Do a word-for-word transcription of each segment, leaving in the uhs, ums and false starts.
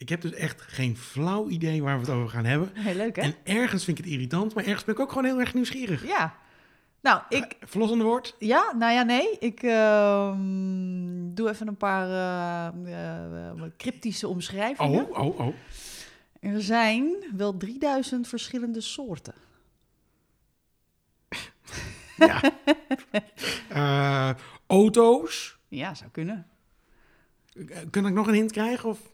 ik heb dus echt geen flauw idee waar we het over gaan hebben. Heel leuk, hè? En ergens vind ik het irritant, maar ergens ben ik ook gewoon heel erg nieuwsgierig. Ja. Nou, ik... Uh, verlossende woord? Ja, nou ja, nee. Ik uh, doe even een paar uh, uh, cryptische omschrijvingen. Oh, oh, oh. Er zijn wel drieduizend verschillende soorten. Ja. uh, auto's? Ja, zou kunnen. Kan ik nog een hint krijgen? Of?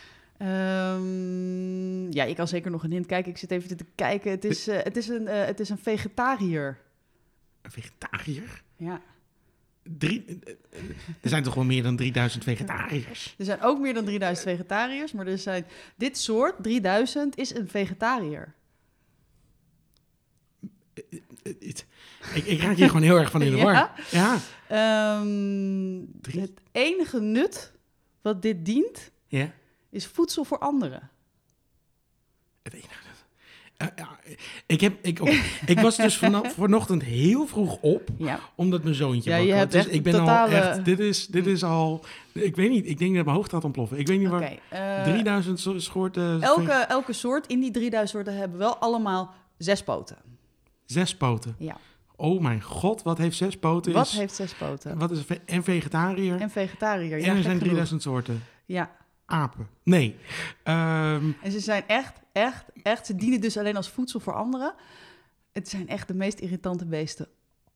Um, ja, ik kan zeker nog een hint kijken. Ik zit even te kijken. Het is, uh, het is, een, uh, het is een vegetariër. Een vegetariër? Ja. Drie, er zijn toch wel meer dan drieduizend vegetariërs? Er zijn ook meer dan drieduizend vegetariërs, maar er zijn, dit soort, drieduizend, is een vegetariër. Ik, ik raak hier gewoon heel erg van in de war. Ja? Ja. Um, het enige nut wat dit dient, ja? is voedsel voor anderen. Het enige nut. Uh, ja, ik, heb, ik, ook, ik was dus van, vanochtend heel vroeg op, ja. omdat mijn zoontje ja, wakker was. Dus ik ben totale... al echt, dit is, dit is al, ik weet niet, ik denk dat mijn hoofd gaat ontploffen. Ik weet niet okay, waar, uh, drieduizend soorten... Elke, elke soort in die drieduizend soorten hebben wel allemaal zes poten. Zes poten? Ja. Oh mijn god, wat heeft zes poten? Wat is, heeft zes poten? Wat is een, en vegetariër? En vegetariër, ja. En er zijn drieduizend soorten? Ja. Apen? Nee. Um, en ze zijn echt, echt, echt... Ze dienen dus alleen als voedsel voor anderen. Het zijn echt de meest irritante beesten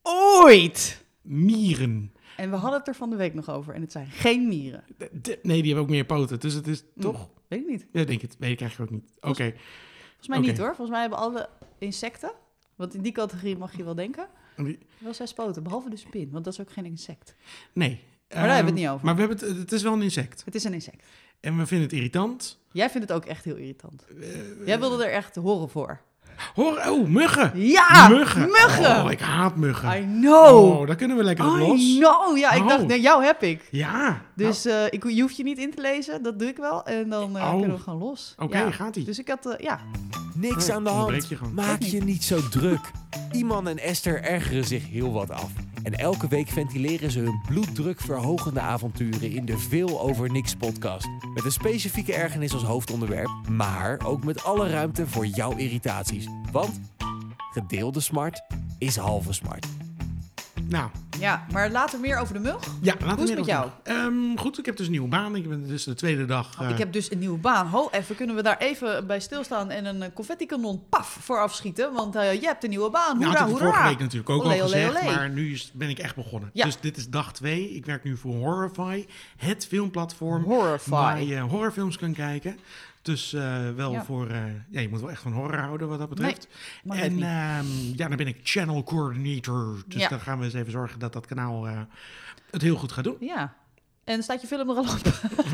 ooit. Mieren. En we hadden het er van de week nog over. En het zijn geen mieren. De, de, nee, die hebben ook meer poten. Dus het is hm. toch... Weet ik niet. Ja, denk het. Weet ik eigenlijk ook niet. Oké. Okay. Volgens mij okay. niet hoor. Volgens mij hebben alle insecten... Want in die categorie mag je wel denken. Die... Wel zes poten, behalve de spin. Want dat is ook geen insect. Nee. Maar um, daar hebben we het niet over. Maar we hebben het, het is wel een insect. Het is een insect. En we vinden het irritant. Jij vindt het ook echt heel irritant. Uh, Jij wilde er echt horen voor. Horen? Oh, muggen. Ja, muggen. muggen. Oh, ik haat muggen. I know. Oh, daar kunnen we lekker op los. I know. Ja, ik oh. dacht, nee, jou heb ik. Ja. Dus uh, ik, je hoeft je niet in te lezen. Dat doe ik wel. En dan uh, oh. kunnen we gewoon los. Oké, okay, ja. gaat-ie. Dus ik had, uh, ja... Niks nee, aan de hand. Je Maak je niet zo druk. Iman en Esther ergeren zich heel wat af. En elke week ventileren ze hun bloeddrukverhogende avonturen in de Veel Over Niks podcast. Met een specifieke ergernis als hoofdonderwerp, maar ook met alle ruimte voor jouw irritaties. Want gedeelde smart is halve smart. Nou. Ja, maar later meer over de mug. Ja, later Hoe is het met jou? Um, goed, ik heb dus een nieuwe baan. Ik ben dus de tweede dag... Uh... Oh, ik heb dus een nieuwe baan. Ho, even, kunnen we daar even bij stilstaan en een confetti-kanon paf voor afschieten? Want uh, je hebt een nieuwe baan. Hoera, nou, dat hoera. vorige week natuurlijk ook olé, al gezegd, olé, olé. maar nu is, ben ik echt begonnen. Ja. Dus dit is dag twee. Ik werk nu voor Horrify, het filmplatform Horrify. waar je horrorfilms kan kijken. Dus uh, wel ja. voor... Uh, ja, je moet wel echt van horror houden wat dat betreft. Nee, en um, ja, dan ben ik channel coordinator. Dus ja. dan gaan we eens even zorgen dat dat kanaal uh, het heel goed gaat doen. Ja. En staat je film er al op?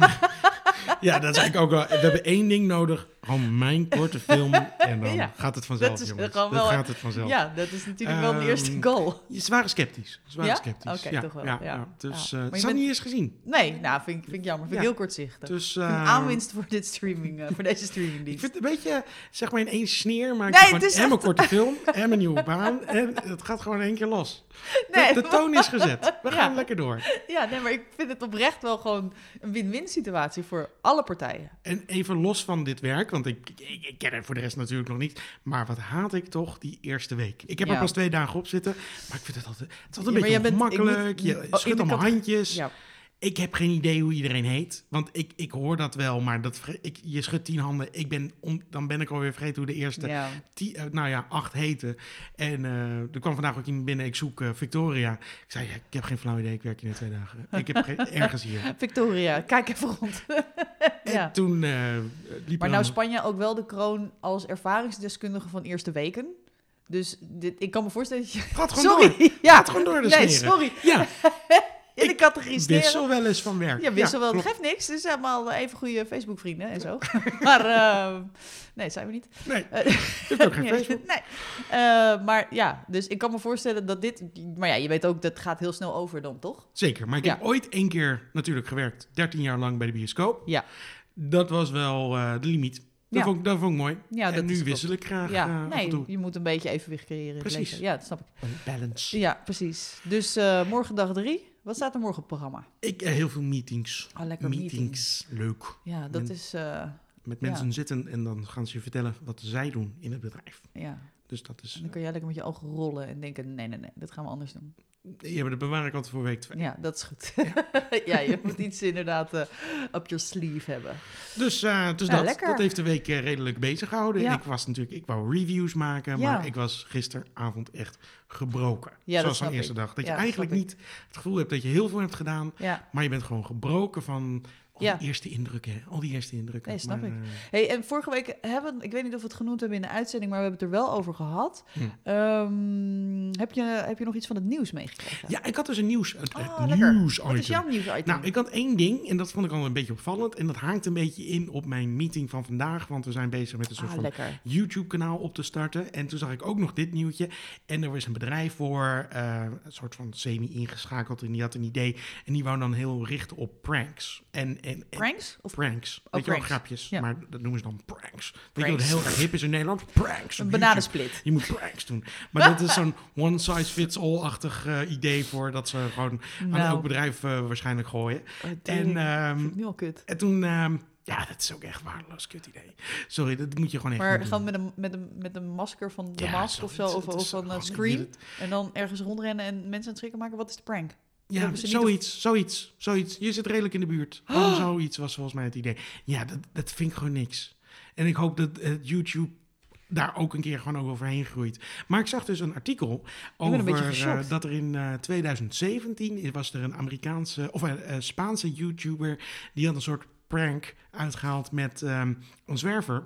Ja, dat zei ik ook wel. We hebben één ding nodig. Gewoon mijn korte film. En dan ja. gaat het vanzelf, dat is jongens. Dan wel, gaat het vanzelf. Ja, dat is natuurlijk um, wel de eerste goal. Ze waren sceptisch. Ze waren ja? sceptisch. Oké, okay, ja, toch wel. Ja, ja. ja. Dus ja. uh, het had niet eens gezien. Nee, nou, vind ik, vind ik jammer. Vind ik ja. heel kortzichtig. Dus, uh, een aanwinst voor, dit streaming, uh, voor deze streamingdienst. Ik vind het een beetje, zeg maar in één sneer, maar nee, ik gewoon en echt... mijn korte film en mijn nieuwe baan. En het gaat gewoon één keer los. Nee, de, de toon is gezet. We gaan ja. lekker door. Ja, nee, maar ik vind het oprecht wel gewoon een win-win situatie voor alle partijen. En even los van dit werk, want ik, ik, ik ken er voor de rest natuurlijk nog niet. Maar wat haat ik toch die eerste week. Ik heb ja. er pas twee dagen op zitten, maar ik vind het altijd, het is altijd ja, een beetje makkelijk. Je oh, schudt allemaal handjes. Ja. Ik heb geen idee hoe iedereen heet. Want ik, ik hoor dat wel, maar dat, ik, je schudt tien handen. Ik ben om, dan ben ik alweer vergeten hoe de eerste ja. Tien, uh, nou ja, acht heten. En uh, er kwam vandaag ook iemand binnen. Ik zoek uh, Victoria. Ik zei, ja, ik heb geen flauw idee. Ik werk hier in twee dagen. Ik heb geen, ergens hier. Victoria, kijk even rond. En ja. toen uh, liep Maar nou Spanje ook wel de kroon als ervaringsdeskundige van eerste weken. Dus dit, ik kan me voorstellen dat je... Gaat gewoon sorry. door. Ja. Gaat gewoon door de Nee, sneren. sorry. Ja. In de categorie sneren. wissel wel eens van werk. Ja, wissel ja, wel. Dat geeft niks. Dus allemaal even goede Facebook-vrienden en zo. maar uh, nee, dat zijn we niet. Nee, uh, je hebt ook geen Facebook. Nee. Uh, maar ja, dus ik kan me voorstellen dat dit... Maar ja, je weet ook, dat gaat heel snel over dan, toch? Zeker, maar ik ja. heb ooit één keer natuurlijk gewerkt. dertien jaar lang bij de bioscoop. Ja. Dat was wel uh, de limiet. Dat, ja. vond ik, dat vond ik mooi. Ja, en nu wissel ik graag ja. uh, Nee, je moet een beetje evenwicht creëren. Precies. In ja, dat snap ik. Balance. Ja, precies. Dus uh, morgen dag drie. Wat staat er morgen op het programma? Ik uh, heel veel meetings. Oh, lekker meetings. meetings. Leuk. Ja, dat en... is... Uh, met mensen ja. zitten en dan gaan ze je vertellen wat zij doen in het bedrijf. Ja. Dus dat is... En dan kun jij lekker met je ogen rollen en denken, nee, nee, nee, dat gaan we anders doen. Ja, maar dat bewaar ik altijd voor week twee. Ja, dat is goed. Ja, ja je moet iets inderdaad uh, up your sleeve hebben. Dus, uh, dus ja, dat, dat heeft de week uh, redelijk bezig gehouden. Ja. Ik was natuurlijk, ik wou reviews maken, ja. maar ik was gisteravond echt gebroken. Ja, zoals van de ik. eerste dag. Dat ja, je eigenlijk niet het gevoel hebt dat je heel veel hebt gedaan, ja. maar je bent gewoon gebroken van... Al die ja. eerste indrukken, al die eerste indrukken. Nee, snap maar, ik. Uh... Hey, en vorige week hebben, ik weet niet of we het genoemd hebben in de uitzending, maar we hebben het er wel over gehad. Hm. Um, heb, je, heb je nog iets van het nieuws meegekregen? Ja, ik had dus een nieuws, het, oh, het nieuws Wat is jouw nieuws item? Nou, ik had één ding en dat vond ik al een beetje opvallend. En dat haakt een beetje in op mijn meeting van vandaag, want we zijn bezig met een soort ah, van YouTube-kanaal op te starten. En toen zag ik ook nog dit nieuwtje. En er was een bedrijf voor, uh, een soort van semi-ingeschakeld en die had een idee. En die wou dan heel richten op pranks. En, en, en pranks? Of pranks. Oh, weet je wel, grapjes. Ja. Maar dat noemen ze dan pranks. pranks. Weet je wat heel erg hip is in Nederland? Pranks. Een bananensplit. Je moet pranks doen. Maar dat is zo'n one-size-fits-all-achtig uh, idee voor dat ze gewoon nou. aan elk bedrijf uh, waarschijnlijk gooien. Oh, en, um, vind ik nu al kut. En toen... Um, ja, dat is ook echt waardeloos kut idee. Sorry, dat moet je gewoon echt maar niet gewoon met een, met, een, met een masker van de ja, Mask of zo, of, of van uh, Scream. Het. En dan ergens rondrennen en mensen aan het schrikken maken. Wat is de prank? Ja, zoiets, of... zoiets, zoiets. Je zit redelijk in de buurt. Oh, zoiets was volgens mij het idee. Ja, dat, dat vind ik gewoon niks. En ik hoop dat uh, YouTube daar ook een keer gewoon overheen groeit. Maar ik zag dus een artikel over uh, dat er in uh, twintig zeventien was er een Amerikaanse of een uh, Spaanse YouTuber die had een soort prank uitgehaald met um, een zwerver.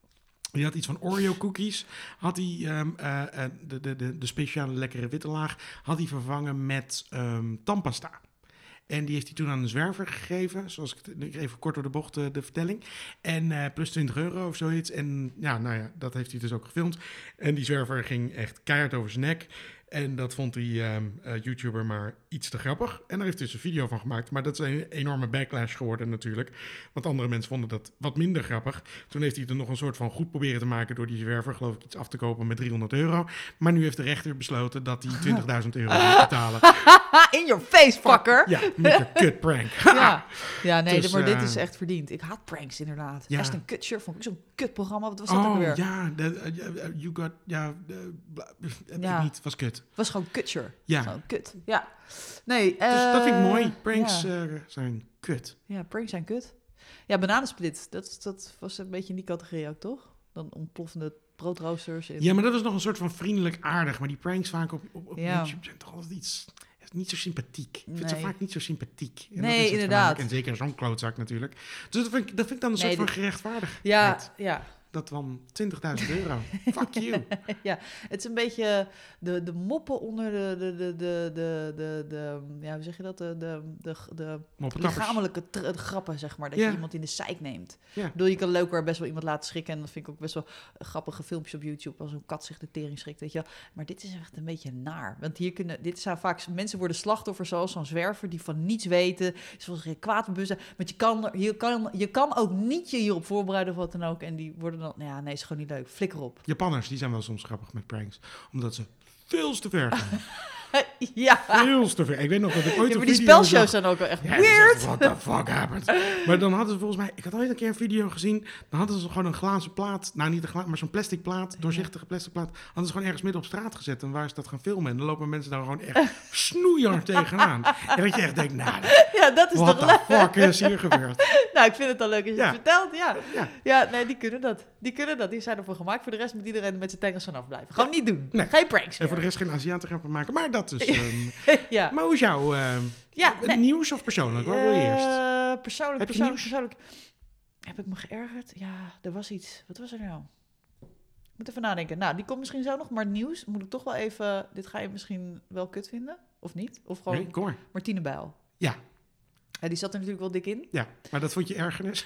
Die had iets van Oreo cookies, had hij um, uh, uh, de, de, de, de speciale lekkere witte laag, had hij vervangen met um, tandpasta. En die heeft hij toen aan een zwerver gegeven, zoals ik het, even kort door de bocht uh, de vertelling. En uh, plus twintig euro of zoiets. En ja, nou ja, dat heeft hij dus ook gefilmd. En die zwerver ging echt keihard over zijn nek. En dat vond die um, uh, YouTuber maar iets te grappig. En daar heeft hij dus een video van gemaakt. Maar dat is een enorme backlash geworden natuurlijk. Want andere mensen vonden dat wat minder grappig. Toen heeft hij er nog een soort van goed proberen te maken door die zwerver, geloof ik, iets af te kopen met driehonderd euro. Maar nu heeft de rechter besloten dat hij twintigduizend euro moet betalen. In your face, fucker! Ja, met je kut prank. ja. ja, nee, dus, maar uh, dit is echt verdiend. Ik haat pranks inderdaad. Ja. Ashton Kutcher vond ik zo'n kutprogramma. Wat was dat oh, ook weer? ja, de, uh, you got, ja, de, uh, ja. niet, was kut. Was gewoon Kutcher. Ja. Gewoon kut. Ja. Nee, dus uh, dat vind ik mooi. Pranks ja. uh, zijn kut. Ja, pranks zijn kut. Ja, bananensplit. Dat, dat was een beetje in die categorie ook, toch? Dan ontploffende broodroosters. In... Ja, maar dat was nog een soort van vriendelijk aardig. Maar die pranks vaak op, op, op ja. YouTube zijn toch altijd iets... niet zo sympathiek. Ik vind nee. ze vaak niet zo sympathiek. En nee, inderdaad. En zeker zo'n klootzak natuurlijk. Dus dat vind ik, dat vind ik dan een nee, soort van gerechtvaardigheid. Ja, ja. Dat van twintigduizend euro. Fuck you. Ja, het is een beetje de, de moppen onder de, de, de, de, de, de, de ja, hoe zeg je dat? De, de, de, de lichamelijke tr- de grappen, zeg maar. Dat ja. je iemand in de zeik neemt. Ja. Ik bedoel, je kan leuk weer best wel iemand laten schrikken. En dat vind ik ook best wel grappige filmpjes op YouTube. Als een kat zich de tering schrikt, weet je wel. Maar dit is echt een beetje naar. Want hier kunnen, dit zijn vaak, mensen worden slachtoffer zoals zo'n zwerver die van niets weten. Zoals geen kwaad bewust zijn. Want je kan, je, kan, je kan ook niet je hierop voorbereiden of wat dan ook. En die worden dan, ja, nee, is gewoon niet leuk. Flikker op. Japanners, die zijn wel soms grappig met pranks. Omdat ze veel te ver gaan. Ja. Veel te ver. Ik weet nog dat ik ooit ja, een maar die video spelshows zag. zijn ook wel echt ja, weird. What the fuck happened? Maar dan hadden ze volgens mij... Ik had ooit een keer een video gezien. Dan hadden ze gewoon een glazen plaat. Nou, niet een glazen, maar zo'n plastic plaat. Doorzichtige plastic plaat. Hadden ze gewoon ergens midden op straat gezet. En waar ze dat gaan filmen. En dan lopen mensen daar gewoon echt snoeihard tegenaan. En dat je echt denkt, nou... Ja, dat is what toch the leuk? Fuck is hier gebeurd? Nou, ik vind het al leuk als je ja. het vertelt. Ja. Ja. ja, nee, die kunnen dat. Die kunnen dat. Die zijn ervoor gemaakt. Voor de rest moet iedereen met zijn tengels vanaf blijven. Gewoon ja. niet doen. Nee. Geen pranks meer. En voor de rest geen Aziaten gaan maken. Maar dat is... Um, ja. Maar hoe is jouw... Uh, ja, nee. Nieuws of persoonlijk? Wat wil je eerst? Uh, persoonlijk, Heb persoonlijk, persoonlijk. Heb ik me geërgerd? Ja, er was iets. Wat was er nou? Ik moet even nadenken. Nou, die komt misschien zo nog. Maar nieuws moet ik toch wel even... Dit ga je misschien wel kut vinden. Of niet? Of gewoon nee, kom maar. Martine Bijl. Ja. Ja. Die zat er natuurlijk wel dik in. Ja, maar dat vond je ergernis?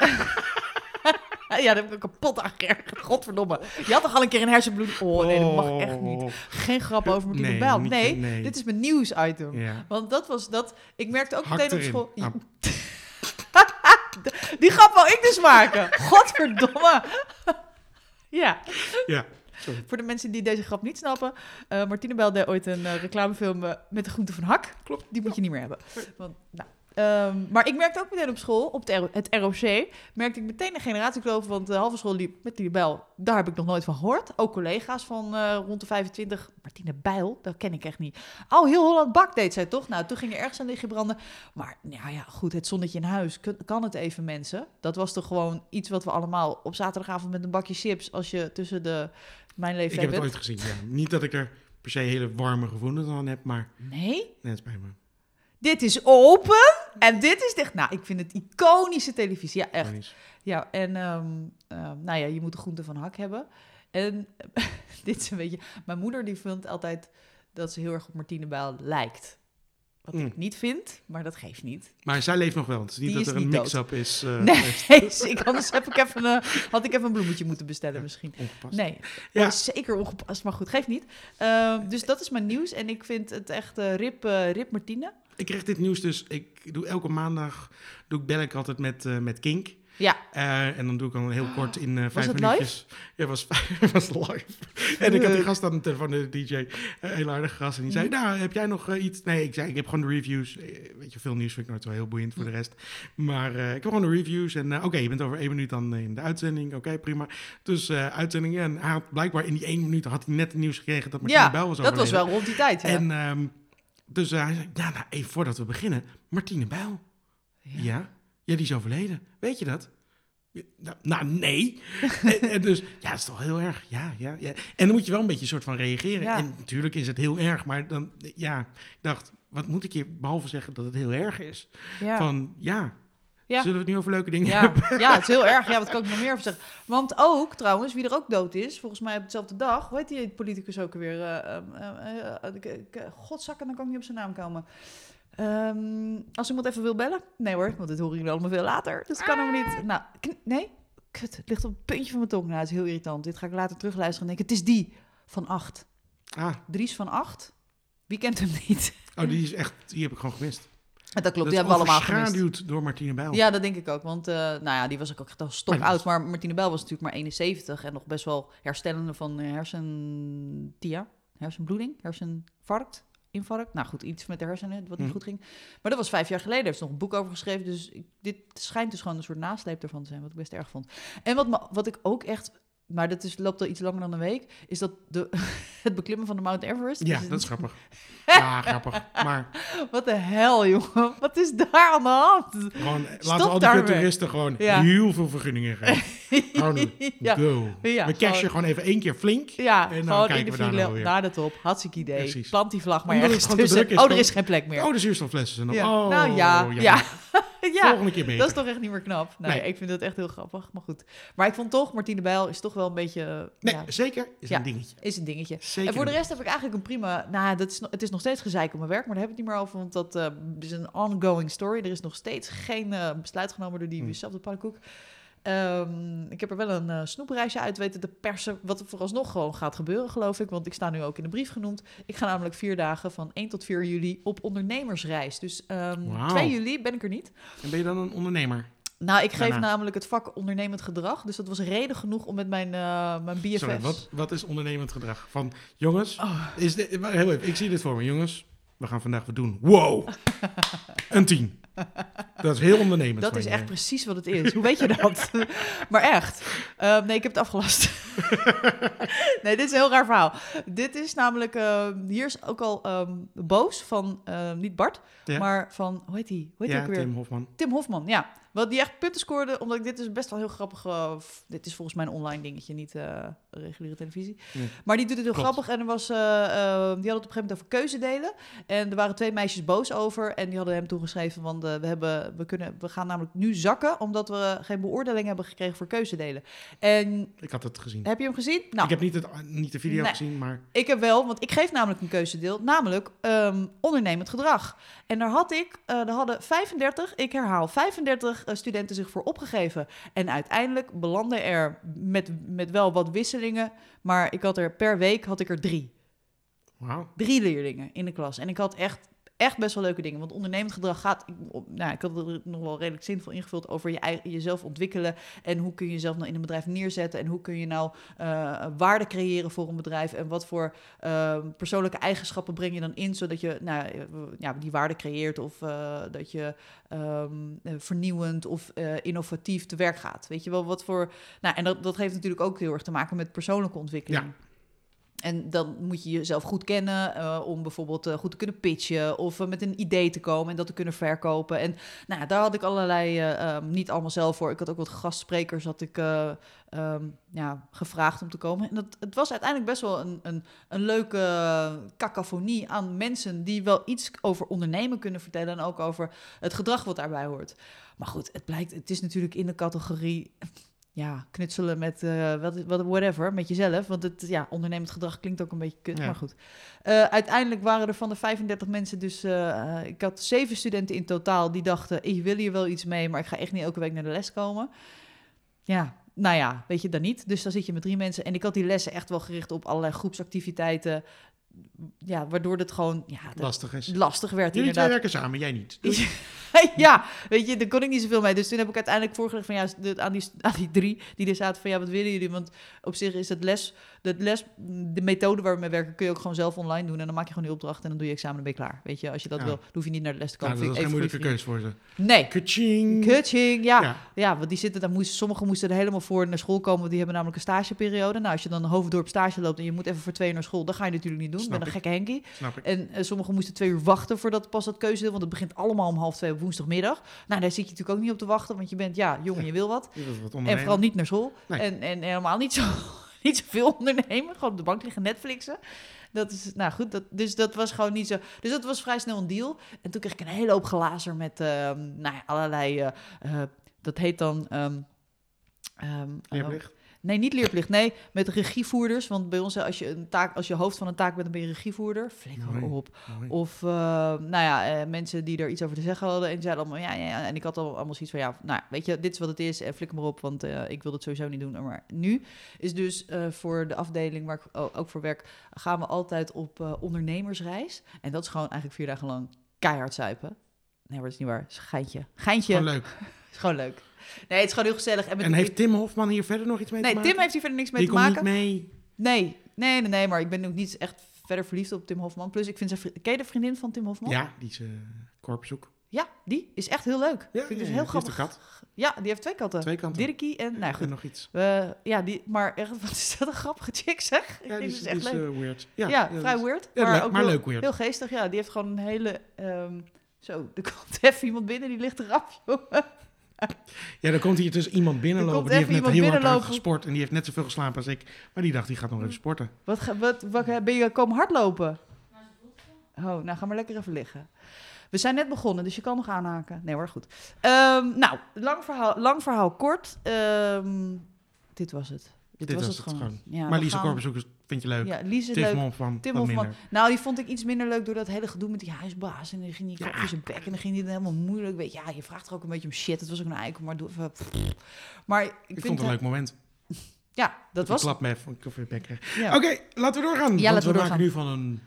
Ja, daar heb ik ook kapot aan geërgerd. Godverdomme. Je had toch al een keer een hersenbloed? Oh nee, dat mag echt niet. Geen grap over Martine nee, Bijl. Nee, nee, dit is mijn nieuwsitem. Ja. Want dat was dat... Ik merkte ook Hakt meteen erin. op school... Ah. Die grap wou ik dus maken. Godverdomme. Ja. Ja. Sorry. Voor de mensen die deze grap niet snappen. Uh, Martine Bijl deed ooit een uh, reclamefilm uh, met de groente van Hak. Klopt. Die moet je niet meer hebben. Want, nou... Um, maar ik merkte ook meteen op school, op de, het R O C, merkte ik meteen een generatiekloof, want de halve school liep met die Bijl. Daar heb ik nog nooit van gehoord. Ook collega's van uh, rond de vijfentwintig. Martine Bijl, dat ken ik echt niet. Oh, heel Holland Bak deed zij toch? Nou, toen ging er ergens een lichtje branden. Maar nou ja, goed, het zonnetje in huis, kan het even, mensen? Dat was toch gewoon iets wat we allemaal op zaterdagavond met een bakje chips, als je tussen de mijn leeftijd Ik heb het ooit gezien, ja. Niet dat ik er per se hele warme gevoelens aan heb, maar... Nee? Nee, het spijt me. Dit is open en dit is echt... Nou, ik vind het iconische televisie. Ja, echt. Iconisch. Ja, en um, uh, nou ja, je moet de groente van hak hebben. En dit is een beetje... Mijn moeder die vindt altijd dat ze heel erg op Martine Bijl lijkt. Wat mm. ik niet vind, maar dat geeft niet. Maar zij leeft nog wel. Het is niet die dat is er een mix-up dood. is. Uh, nee, ik, anders heb ik even een, had ik even een bloemetje moeten bestellen misschien. Ongepast. Nee, ja. zeker ongepast, maar goed, geeft niet. Uh, dus dat is mijn nieuws en ik vind het echt uh, rip, uh, rip Martine. Ik kreeg dit nieuws dus, ik doe elke maandag, doe ik bel ik altijd met, uh, met Kink. Ja. Uh, en dan doe ik dan heel kort in uh, vijf was het minuutjes. Live? Ja, was, was live. En ik had die gast aan de telefoon, de D J, uh, heel aardige gast. En die zei, nou, heb jij nog uh, iets? Nee, ik zei, ik heb gewoon de reviews. Uh, weet je, veel nieuws vind ik nooit zo heel boeiend voor de rest. Maar uh, ik heb gewoon de reviews. En uh, oké, okay, je bent over één minuut dan in de uitzending. Oké, okay, prima. Dus uh, uitzending. En hij had blijkbaar in die één minuut had hij net het nieuws gekregen dat Martine ja, Bijl was overleden. Dat was wel rond die tijd, ja. En um, dus uh, hij zei, ja, nou, even voordat we beginnen. Martine Bijl. Ja. ja? Ja, die is overleden. Weet je dat? Nou, nou, nee. en, en dus, ja, dat is toch heel erg. Ja, ja, ja. En dan moet je wel een beetje een soort van reageren. Ja. En natuurlijk is het heel erg, maar dan, ja, ik dacht, wat moet ik je behalve zeggen dat het heel erg is? Ja. Van, ja, ja, zullen we het nu over leuke dingen ja. hebben? Ja, het is heel erg. Ja, wat kan ik nog meer over zeggen? Want ook, trouwens, wie er ook dood is, volgens mij op dezelfde dag, hoe heet die politicus ook weer? Uh, uh, uh, uh, Godzakken, dan kan ik niet op zijn naam komen. Um, als iemand even wil bellen? Nee hoor, want dit horen jullie allemaal veel later. Dus dat kan hem niet. Nou, kn- nee? Kut, het ligt op het puntje van mijn tong. Nou, het is heel irritant. Dit ga ik later terugluisteren en denken, het is die van acht. Ah. Dries van acht? Wie kent hem niet? Oh, die is echt, die heb ik gewoon gemist. Dat klopt, dat die hebben we allemaal gemist. Overschaduwd door Martine Bijl. Ja, dat denk ik ook. Want uh, nou ja, die was ook echt al stok oud. Maar Martine Bijl was natuurlijk maar eenenzeventig en nog best wel herstellende van hersentia, hersenbloeding, herseninfarct. Infarct. Nou goed, iets met de hersenen wat niet mm. goed ging. Maar dat was vijf jaar geleden. Er is nog een boek over geschreven. Dus ik, dit schijnt dus gewoon een soort nasleep ervan te zijn. Wat ik best erg vond. En wat, wat ik ook echt... Maar dat is, loopt al iets langer dan een week. Is dat de, het beklimmen van de Mount Everest. Ja, is dat is grappig. Ja, grappig. Maar... Wat de hel, jongen. Wat is daar aan de hand? Gewoon, laten we al die toeristen gewoon ja. heel veel vergunningen geven. Gewoon ja. go. Ja, we cashen gewoon even één keer flink. Ja, en dan gewoon kijken in de we daar file naar de top. Hartstikke idee. Precies. Plant die vlag maar Omdat ergens het tussen. Is, oh, er is geen plek meer. Oh, de zuurstofflessen zijn op. Ja. Oh, nou ja, ja. ja. Ja, volgende keer beter. Dat is toch echt niet meer knap. Nee, nee, ik vind dat echt heel grappig. Maar goed. Maar ik vond toch, Martine Bijl is toch wel een beetje... Nee, ja, zeker. Is ja, een dingetje. Is een dingetje. Zeker en voor de rest heb ik eigenlijk een prima... Nou, dat is, het is nog steeds gezeik op mijn werk, maar daar heb ik het niet meer over. Want dat uh, is een ongoing story. Er is nog steeds geen uh, besluit genomen door die hmm. zelfde pannenkoek. Um, ik heb er wel een uh, snoepreisje uit weten te persen, wat er vooralsnog gewoon gaat gebeuren, geloof ik. Want ik sta nu ook in de brief genoemd. Ik ga namelijk vier dagen van één tot vier juli op ondernemersreis. Dus um, wow. twee juli ben ik er niet. En ben je dan een ondernemer? Nou, ik geef Daarna. namelijk het vak ondernemend gedrag. Dus dat was reden genoeg om met mijn, uh, mijn B F F's... Sorry, wat, wat is ondernemend gedrag? Van, jongens, oh. is dit, heel even, ik zie dit voor me. Jongens, we gaan vandaag wat doen. Wow! Een tien. Dat is heel ondernemend. Dat is echt je. precies wat het is. Hoe weet je dat? Maar echt. Uh, nee, ik heb het afgelast. Nee, dit is een heel raar verhaal. Dit is namelijk... Uh, hier is ook al um, boos van... Uh, niet Bart, ja. maar van... Hoe heet hij? Hoe heet ja, hij ook weer? Tim Hofman. Tim Hofman, ja. Wat die echt punten scoorde, omdat ik dit is best wel heel grappig... Uh, dit is volgens mij een online dingetje, niet uh, reguliere televisie. Nee. Maar die doet het heel Klopt. grappig. En er was... Uh, uh, die hadden het op een gegeven moment over keuzedelen. En er waren twee meisjes boos over. En die hadden hem toegeschreven van... Uh, we, hebben, we, kunnen, we gaan namelijk nu zakken... omdat we geen beoordeling hebben gekregen voor keuzedelen. En ik had het gezien. Heb je hem gezien? Nou, ik heb niet, het, niet de video nee, gezien, maar... Ik heb wel, want ik geef namelijk een keuzedeel. Namelijk um, ondernemend gedrag. En daar had ik... Uh, daar hadden vijfendertig, ik herhaal... vijfendertig uh, studenten zich voor opgegeven. En uiteindelijk belanden er met, met wel wat wisselingen... maar ik had er per week had ik er drie. Wow. Drie leerlingen in de klas. En ik had echt... echt best wel leuke dingen. Want ondernemend gedrag gaat... Ik, nou, ik had er nog wel redelijk zinvol ingevuld over je eigen, jezelf ontwikkelen. En hoe kun je jezelf nou in een bedrijf neerzetten. En hoe kun je nou uh, waarde creëren voor een bedrijf. En wat voor uh, persoonlijke eigenschappen breng je dan in. Zodat je nou, ja, die waarde creëert. Of uh, dat je um, vernieuwend of uh, innovatief te werk gaat. Weet je wel, wat voor... Nou, en dat, dat heeft natuurlijk ook heel erg te maken met persoonlijke ontwikkeling. Ja. En dan moet je jezelf goed kennen uh, om bijvoorbeeld uh, goed te kunnen pitchen of uh, met een idee te komen en dat te kunnen verkopen. En nou, daar had ik allerlei, uh, um, niet allemaal zelf voor. Ik had ook wat gastsprekers had ik, uh, um, ja, gevraagd om te komen. En dat, het was uiteindelijk best wel een, een, een leuke cacophonie aan mensen die wel iets over ondernemen kunnen vertellen en ook over het gedrag wat daarbij hoort. Maar goed, het blijkt, het is natuurlijk in de categorie... Ja, knutselen met uh, wat, wat, whatever, met jezelf. Want het ja, ondernemend gedrag klinkt ook een beetje kut, ja. Maar goed. Uh, uiteindelijk waren er van de vijfendertig mensen dus... Uh, ik had zeven studenten in totaal die dachten... ik wil hier wel iets mee, maar ik ga echt niet elke week naar de les komen. Ja, nou ja, weet je dan niet. Dus dan zit je met drie mensen. En ik had die lessen echt wel gericht op allerlei groepsactiviteiten... Ja, waardoor het gewoon ja, lastig is. Lastig werd. Jullie inderdaad. twee werken samen, jij niet. Ja, weet je, daar kon ik niet zoveel mee. Dus toen heb ik uiteindelijk voorgelegd van ja, de, aan, die, aan die drie die er zaten van ja, wat willen jullie? Want op zich is het les, de les, de methode waar we mee werken, kun je ook gewoon zelf online doen. En dan maak je gewoon die opdracht en dan doe je examen en dan ben je klaar. Weet je, als je dat ja. wil, dan hoef je niet naar de les te komen. Nou, dat is geen moeilijke keus voor ze. Nee. Kutching. Kutching, ja. ja. Ja, want die zitten, daar moesten, sommigen moesten er helemaal voor naar school komen, want die hebben namelijk een stageperiode. Nou, als je dan een Hoofddorp stage loopt en je moet even voor twee uur naar school, dan ga je natuurlijk niet doen. Snap met een gekke Henkie. En uh, sommigen moesten twee uur wachten voordat pas dat keuzedeel, want het begint allemaal om half twee op woensdagmiddag. Nou, daar zit je natuurlijk ook niet op te wachten, want je bent, ja, jong en je wil wat. Je wat en vooral niet naar school. Nee. En, en helemaal niet zo, niet zoveel ondernemen. Gewoon op de bank liggen, Netflixen. Dat is, nou goed, dat, dus dat was gewoon niet zo. Dus dat was vrij snel een deal. En toen kreeg ik een hele hoop glazer met, uh, nou ja, allerlei, uh, uh, dat heet dan... Um, um, Leerplicht? Nee, niet leerplicht. Nee, met regievoerders. Want bij ons, als je een taak, als je hoofd van een taak bent, dan ben je regievoerder. Flikker Mooi, op. Mooi. Of, uh, nou ja, uh, mensen die er iets over te zeggen hadden. En die zeiden allemaal, ja, ja, ja. En ik had al allemaal zoiets van, ja, nou, weet je, dit is wat het is. En flikker maar op, want uh, ik wil het sowieso niet doen. Maar nu is dus uh, voor de afdeling waar ik ook voor werk, gaan we altijd op uh, ondernemersreis. En dat is gewoon eigenlijk vier dagen lang keihard zuipen. Nee, maar dat is niet waar. Het is een geintje. Geintje. Gewoon leuk. Het is gewoon leuk. Nee, het is gewoon heel gezellig. En, met en heeft Tim Hofman hier verder nog iets mee nee, te maken? Nee, Tim heeft hier verder niks mee Die te maken. Die komt niet mee? Nee, nee, nee, nee, maar ik ben ook niet echt verder verliefd op Tim Hofman. Plus, ik vind zijn vriend... Ken je de vriendin van Tim Hofman? Ja, die is uh, korpszoek. Ja, die is echt heel leuk. Ja, vind ik ja, dus heel ja, grappig. Kat. Ja, die heeft twee katten. Twee kanten. Dirkie en... Nou goed. En nog iets. Uh, ja, die, maar echt, wat is dat een grappige chick, zeg? Ja, ik die vind is, het echt die is, leuk. Uh, weird. Ja, ja, ja vrij is, weird. Ja, maar leuk, ook maar heel, leuk weird. Heel geestig, ja. Die heeft gewoon een hele... Um, zo, er komt even iemand binnen, die ligt eraf, jongen. Ja, dan komt hier dus iemand binnenlopen. Die heeft net heel hard hard gesport en die heeft net zoveel geslapen als ik. Maar die dacht, die gaat nog even sporten. Wat, wat, wat ben je komen hardlopen? Oh, nou ga maar lekker even liggen. We zijn net begonnen, dus je kan nog aanhaken. Nee hoor, goed. Um, nou, lang verhaal, lang verhaal kort. Um, dit was het. Dit, dit was, was het, het gewoon. gewoon. Ja, maar Lise gaan... Korpenzoekers vind je leuk. Ja, Lise Tim leuk. Hofman, Tim Hofman. Nou, die vond ik iets minder leuk door dat hele gedoe met die huisbaas. En dan ging die kop ja. in zijn bek en dan ging die helemaal moeilijk. Weet je, ja, je vraagt er ook een beetje om shit. Het was ook een eikel, maar doe even... Maar ik, ik vind vond het een leuk moment. Ja, dat, dat was... Ik klap me even van koffie bek. Ja. Oké, okay, laten we doorgaan. Ja, want we, we maken nu van een...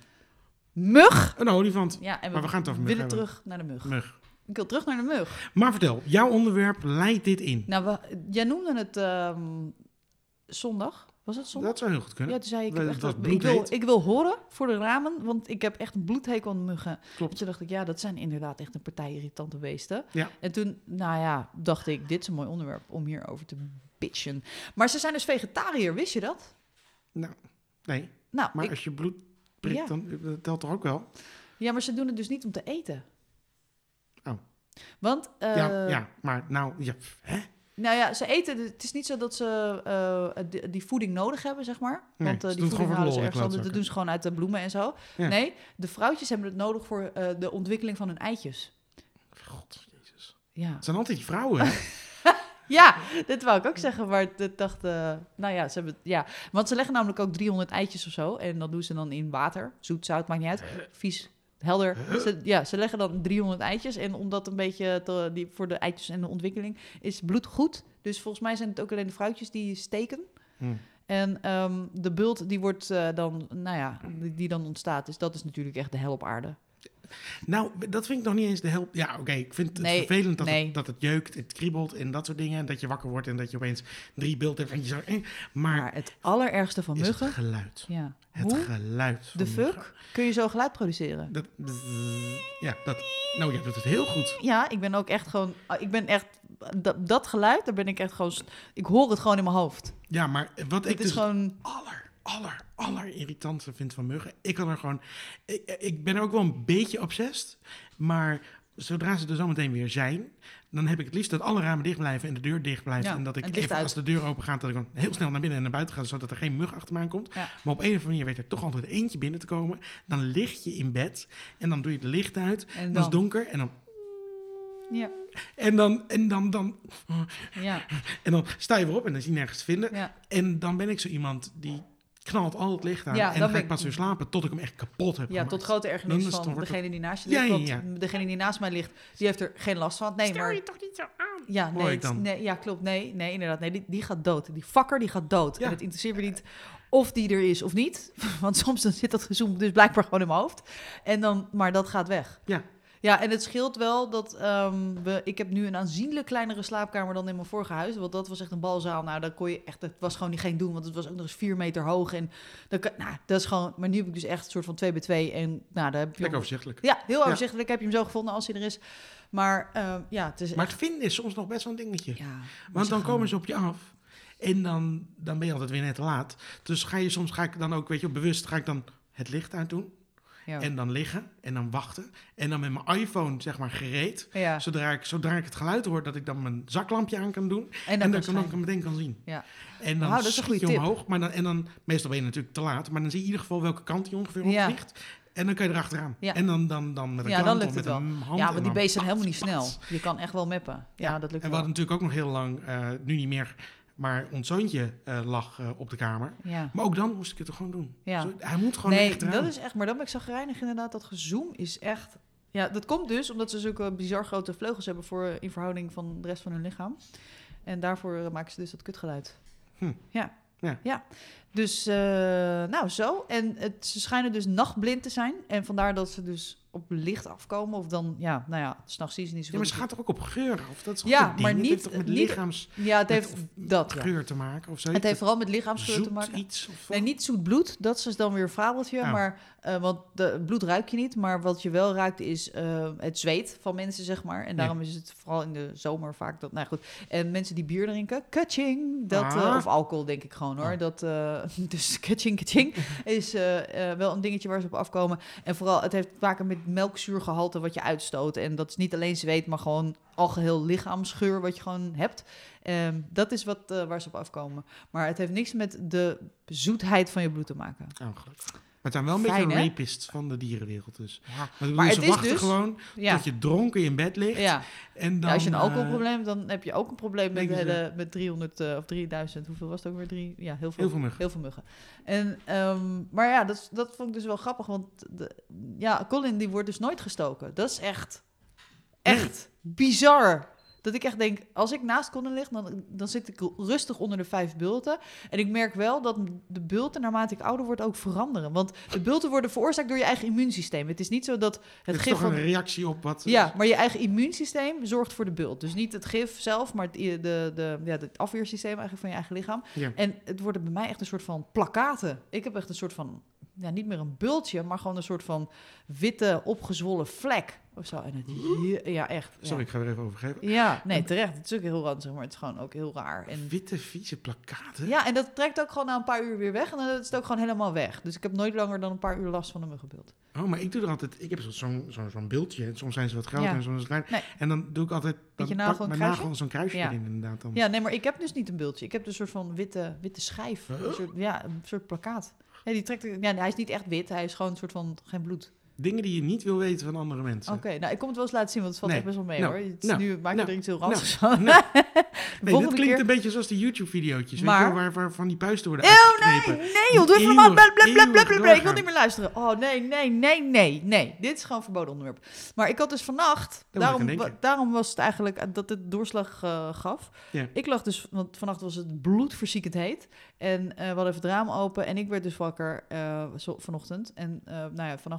Mug? Een olifant. Ja, en we, maar we gaan het over mug willen hebben. terug naar de mug. Mug. Ik wil terug naar de mug. Maar vertel, jouw onderwerp leidt dit in. Nou, we, jij noemde het um, zondag. Was het zondag? Dat zou heel goed kunnen. Ja, toen zei ik, we, echt, ik, wil, ik wil horen voor de ramen, want ik heb echt een bloedhekel aan muggen. Klopt. En toen dacht ik, ja, dat zijn inderdaad echt een partij irritante beesten. Ja. En toen, nou ja, dacht ik, dit is een mooi onderwerp om hierover te bitchen. Maar ze zijn dus vegetariër, wist je dat? Nou, nee. Nou, maar ik, als je bloed prikt, ja. dan dat telt toch ook wel? Ja, maar ze doen het dus niet om te eten. Oh. Want... Uh, ja, ja, maar nou, ja, hè? Nou ja, ze eten... Het is niet zo dat ze uh, die, die voeding nodig hebben, zeg maar. Nee, Want uh, die voeding halen ze ergens anders. Dat doen ze gewoon uit de bloemen en zo. Ja. Nee, de vrouwtjes hebben het nodig voor uh, de ontwikkeling van hun eitjes. God, jezus. Ja. Het zijn altijd die vrouwen, hè? Ja, dat wou ik ook zeggen. Maar ik dacht... Uh, nou ja, ze hebben... Ja. Want ze leggen namelijk ook driehonderd eitjes of zo. En dat doen ze dan in water. Zoet, zout, maakt niet uit. Vies... Helder. Ze, ja, ze leggen dan driehonderd eitjes. En omdat een beetje te, die, voor de eitjes en de ontwikkeling is bloed goed. Dus volgens mij zijn het ook alleen de vrouwtjes die steken. Hmm. En um, de bult die wordt uh, dan, nou ja, die, die dan ontstaat. Dus dat is natuurlijk echt de hel op aarde. Nou, dat vind ik nog niet eens de help. Ja, oké, okay, ik vind het nee, vervelend dat, nee. het, dat het jeukt, het kriebelt en dat soort dingen. En dat je wakker wordt en dat je opeens drie beelden hebt en je zo... Eh, maar, maar het allerergste van muggen... het geluid. Ja. Het Hoe? geluid van De fuck? muggen. Kun je zo geluid produceren? Dat, uh, ja, dat... Nou, jij doet het heel goed. Ja, ik ben ook echt gewoon... Ik ben echt... Dat, dat geluid, daar ben ik echt gewoon... Ik hoor het gewoon in mijn hoofd. Ja, maar wat het ik is dus gewoon... aller, aller, aller irritantste vind van muggen... Ik kan er gewoon... Ik, ik ben ook wel een beetje obsessed, maar zodra ze er zometeen weer zijn... dan heb ik het liefst dat alle ramen dicht blijven en de deur dicht blijft. Ja, en dat ik en even, als de deur open gaat, dat ik dan heel snel naar binnen en naar buiten ga... zodat er geen mug achter me aankomt. Ja. Maar op een of andere manier weet er toch altijd eentje binnen te komen. Dan lig je in bed en dan doe je het licht uit. En dan, dan is het donker en dan... Ja. En dan, en dan, dan, ja. en dan sta je weer op en dan is hij nergens te vinden. Ja. En dan ben ik zo iemand die knalt al het licht aan. Ja, en dan ga ik pas weer slapen tot ik hem echt kapot heb Ja, gemaakt. tot grote ergernis van het... degene die naast je ligt. Ja, ja, ja. Want degene die naast mij ligt, die heeft er geen last van. Nee, Stel maar... je toch niet zo aan? Ja, nee, het, nee, ja klopt. Nee, nee inderdaad. Nee, die, die gaat dood. Die fucker, die gaat dood. Ja. En het interesseert me niet of die er is of niet. Want soms dan zit dat gezoom dus blijkbaar gewoon in mijn hoofd. En dan, maar dat gaat weg. Ja. Ja, en het scheelt wel dat um, we... Ik heb nu een aanzienlijk kleinere slaapkamer dan in mijn vorige huis. Want dat was echt een balzaal. Nou, dat kon je echt... Dat was gewoon niet geen doen, want het was ook nog eens vier meter hoog. En dan kan, nou, dat is gewoon... Maar nu heb ik dus echt een soort van twee bij twee. En nou, daar heb je... Lekker overzichtelijk. Ja, heel overzichtelijk. Ja. Heb je hem zo gevonden als hij er is. Maar uh, ja, het is Maar echt... het vinden is soms nog best wel een dingetje. Ja, want dan gaan... komen ze op je af. En dan, dan ben je altijd weer net te laat. Dus ga je soms, ga ik dan ook, weet je, bewust ga ik dan het licht uit doen. Ja. En dan liggen en dan wachten. En dan met mijn iPhone, zeg maar, gereed. Ja. Zodra, ik, zodra ik het geluid hoor, dat ik dan mijn zaklampje aan kan doen. En, en dan kan ik hem meteen kan zien. Ja. En dan wow, dat is een goede je omhoog. Maar dan, en dan, meestal ben je natuurlijk te laat. Maar dan zie je in ieder geval welke kant hij ongeveer op ja. vliegt. En dan kan je erachteraan. Ja. En dan, dan, dan met een ja, klant dan of met wel. een hand. Ja, maar die beesten zijn helemaal niet pats, snel. pats. Je kan echt wel mappen. Ja, ja dat lukt en wel. we hadden natuurlijk ook nog heel lang, uh, nu niet meer... Maar ons zoontje uh, lag uh, op de kamer. Ja. Maar ook dan moest ik het er gewoon doen. Ja. Zo, hij moet gewoon nee, echt dat is echt... Maar dan ben ik zagrijnig inderdaad. Dat gezoom is echt... Ja, dat komt dus omdat ze zulke bizar grote vleugels hebben... Voor, in verhouding van de rest van hun lichaam. En daarvoor uh, maken ze dus dat kutgeluid. Hm. Ja. Ja. ja. Dus, uh, nou zo. En het, ze schijnen dus nachtblind te zijn. En vandaar dat ze dus op licht afkomen. Of dan, ja, nou ja, 's nachts zien ze niet zo. Ja, maar ze gaat toch ook op geur? Of dat is ja, maar niet... Het heeft toch met niet, lichaams... Ja, het heeft met dat, geur ja. te maken of zo. Het heeft vooral met lichaamsgeur zoet te maken. Iets, of nee, niet zoet bloed. Dat is dan weer een fabeltje. Oh. Maar, uh, want de, bloed ruik je niet. Maar wat je wel ruikt is uh, het zweet van mensen, zeg maar. En daarom ja. is het vooral in de zomer vaak dat... Nou goed. En mensen die bier drinken, kaching. Dat, ah. uh, of alcohol, denk ik gewoon hoor. Oh. Dat, uh, dus kaching, kaching is uh, uh, wel een dingetje waar ze op afkomen. En vooral, het heeft te maken met melkzuurgehalte wat je uitstoot. En dat is niet alleen zweet, maar gewoon algeheel lichaamsgeur wat je gewoon hebt. Um, dat is wat, uh, waar ze op afkomen. Maar het heeft niks met de zoetheid van je bloed te maken. Oh, gelukkig. Maar het zijn wel een Fijn, beetje hè? rapists van de dierenwereld dus. Ja. Maar, maar ze het wachten is dus, gewoon ja. tot je dronken in bed ligt. Ja. En dan, ja, als je een alcoholprobleem hebt, hebt, dan heb je ook een probleem met, ze... de, met driehonderd uh, of drieduizend. Hoeveel was het ook weer? Drie, ja, heel veel, heel veel muggen. Heel veel muggen. En, um, maar ja, dat, dat vond ik dus wel grappig. Want de, ja, Colin die wordt dus nooit gestoken. Dat is echt, echt nee. bizar. Dat ik echt denk, als ik naast Colin lig, dan, dan zit ik rustig onder de vijf bulten. En ik merk wel dat de bulten, naarmate ik ouder word, ook veranderen. Want de bulten worden veroorzaakt door je eigen immuunsysteem. Het is niet zo dat het, het gif... Het is toch van... een reactie op wat... Ja, maar je eigen immuunsysteem zorgt voor de bult. Dus niet het gif zelf, maar het, de, de, ja, het afweersysteem eigenlijk van je eigen lichaam. Ja. En het worden bij mij echt een soort van plakkaten. Ik heb echt een soort van... Ja, niet meer een bultje, maar gewoon een soort van witte, opgezwollen vlek of zo. En het, ja, echt. Sorry, ja. ik ga er even over geven. Ja, nee, terecht. Het is ook heel ranzig, maar het is gewoon ook heel raar. En, witte, vieze plakkaten? Ja, en dat trekt ook gewoon na een paar uur weer weg. En dan is het ook gewoon helemaal weg. Dus ik heb nooit langer dan een paar uur last van een muggenbult. Oh, maar ik doe er altijd... Ik heb zo'n zo, zo'n beeldje. En soms zijn ze wat groot ja. en soms klein. Nee. En dan doe ik altijd... Dan je pak mijn nagel zo'n kruisje ja. erin, inderdaad. Dan. Ja, nee, maar ik heb dus niet een bultje. Ik heb dus een soort van witte, witte schijf. Huh? Een soort, ja, een soort plakkaat. Ja, die trekt, ja, hij is niet echt wit, hij is gewoon een soort van geen bloed. Dingen die je niet wil weten van andere mensen. Oké, okay, nou, ik kom het wel eens laten zien, want het valt nee. echt best wel mee, nou, hoor. Het, nou, nu maak je nou, er iets heel ranzigs nou, van. Nou. Nee, dit klinkt keer... een beetje zoals die YouTube-video's, maar... weet je, waar, waar van die puisten worden Eeuw, uitgeknepen. nee, nee, joh, doe even normaal. Blablabla. Ik wil niet meer luisteren. Oh, nee, nee, nee, nee, nee. Dit is gewoon verboden onderwerp. Maar ik had dus vannacht, daarom, wa- daarom was het eigenlijk dat het doorslag uh, gaf. Ja. Ik lag dus, want vannacht was het bloedverziekend heet. En uh, we hadden even het raam open en ik werd dus wakker uh, zo, vanochtend. En uh, nou ja, vannacht dus al.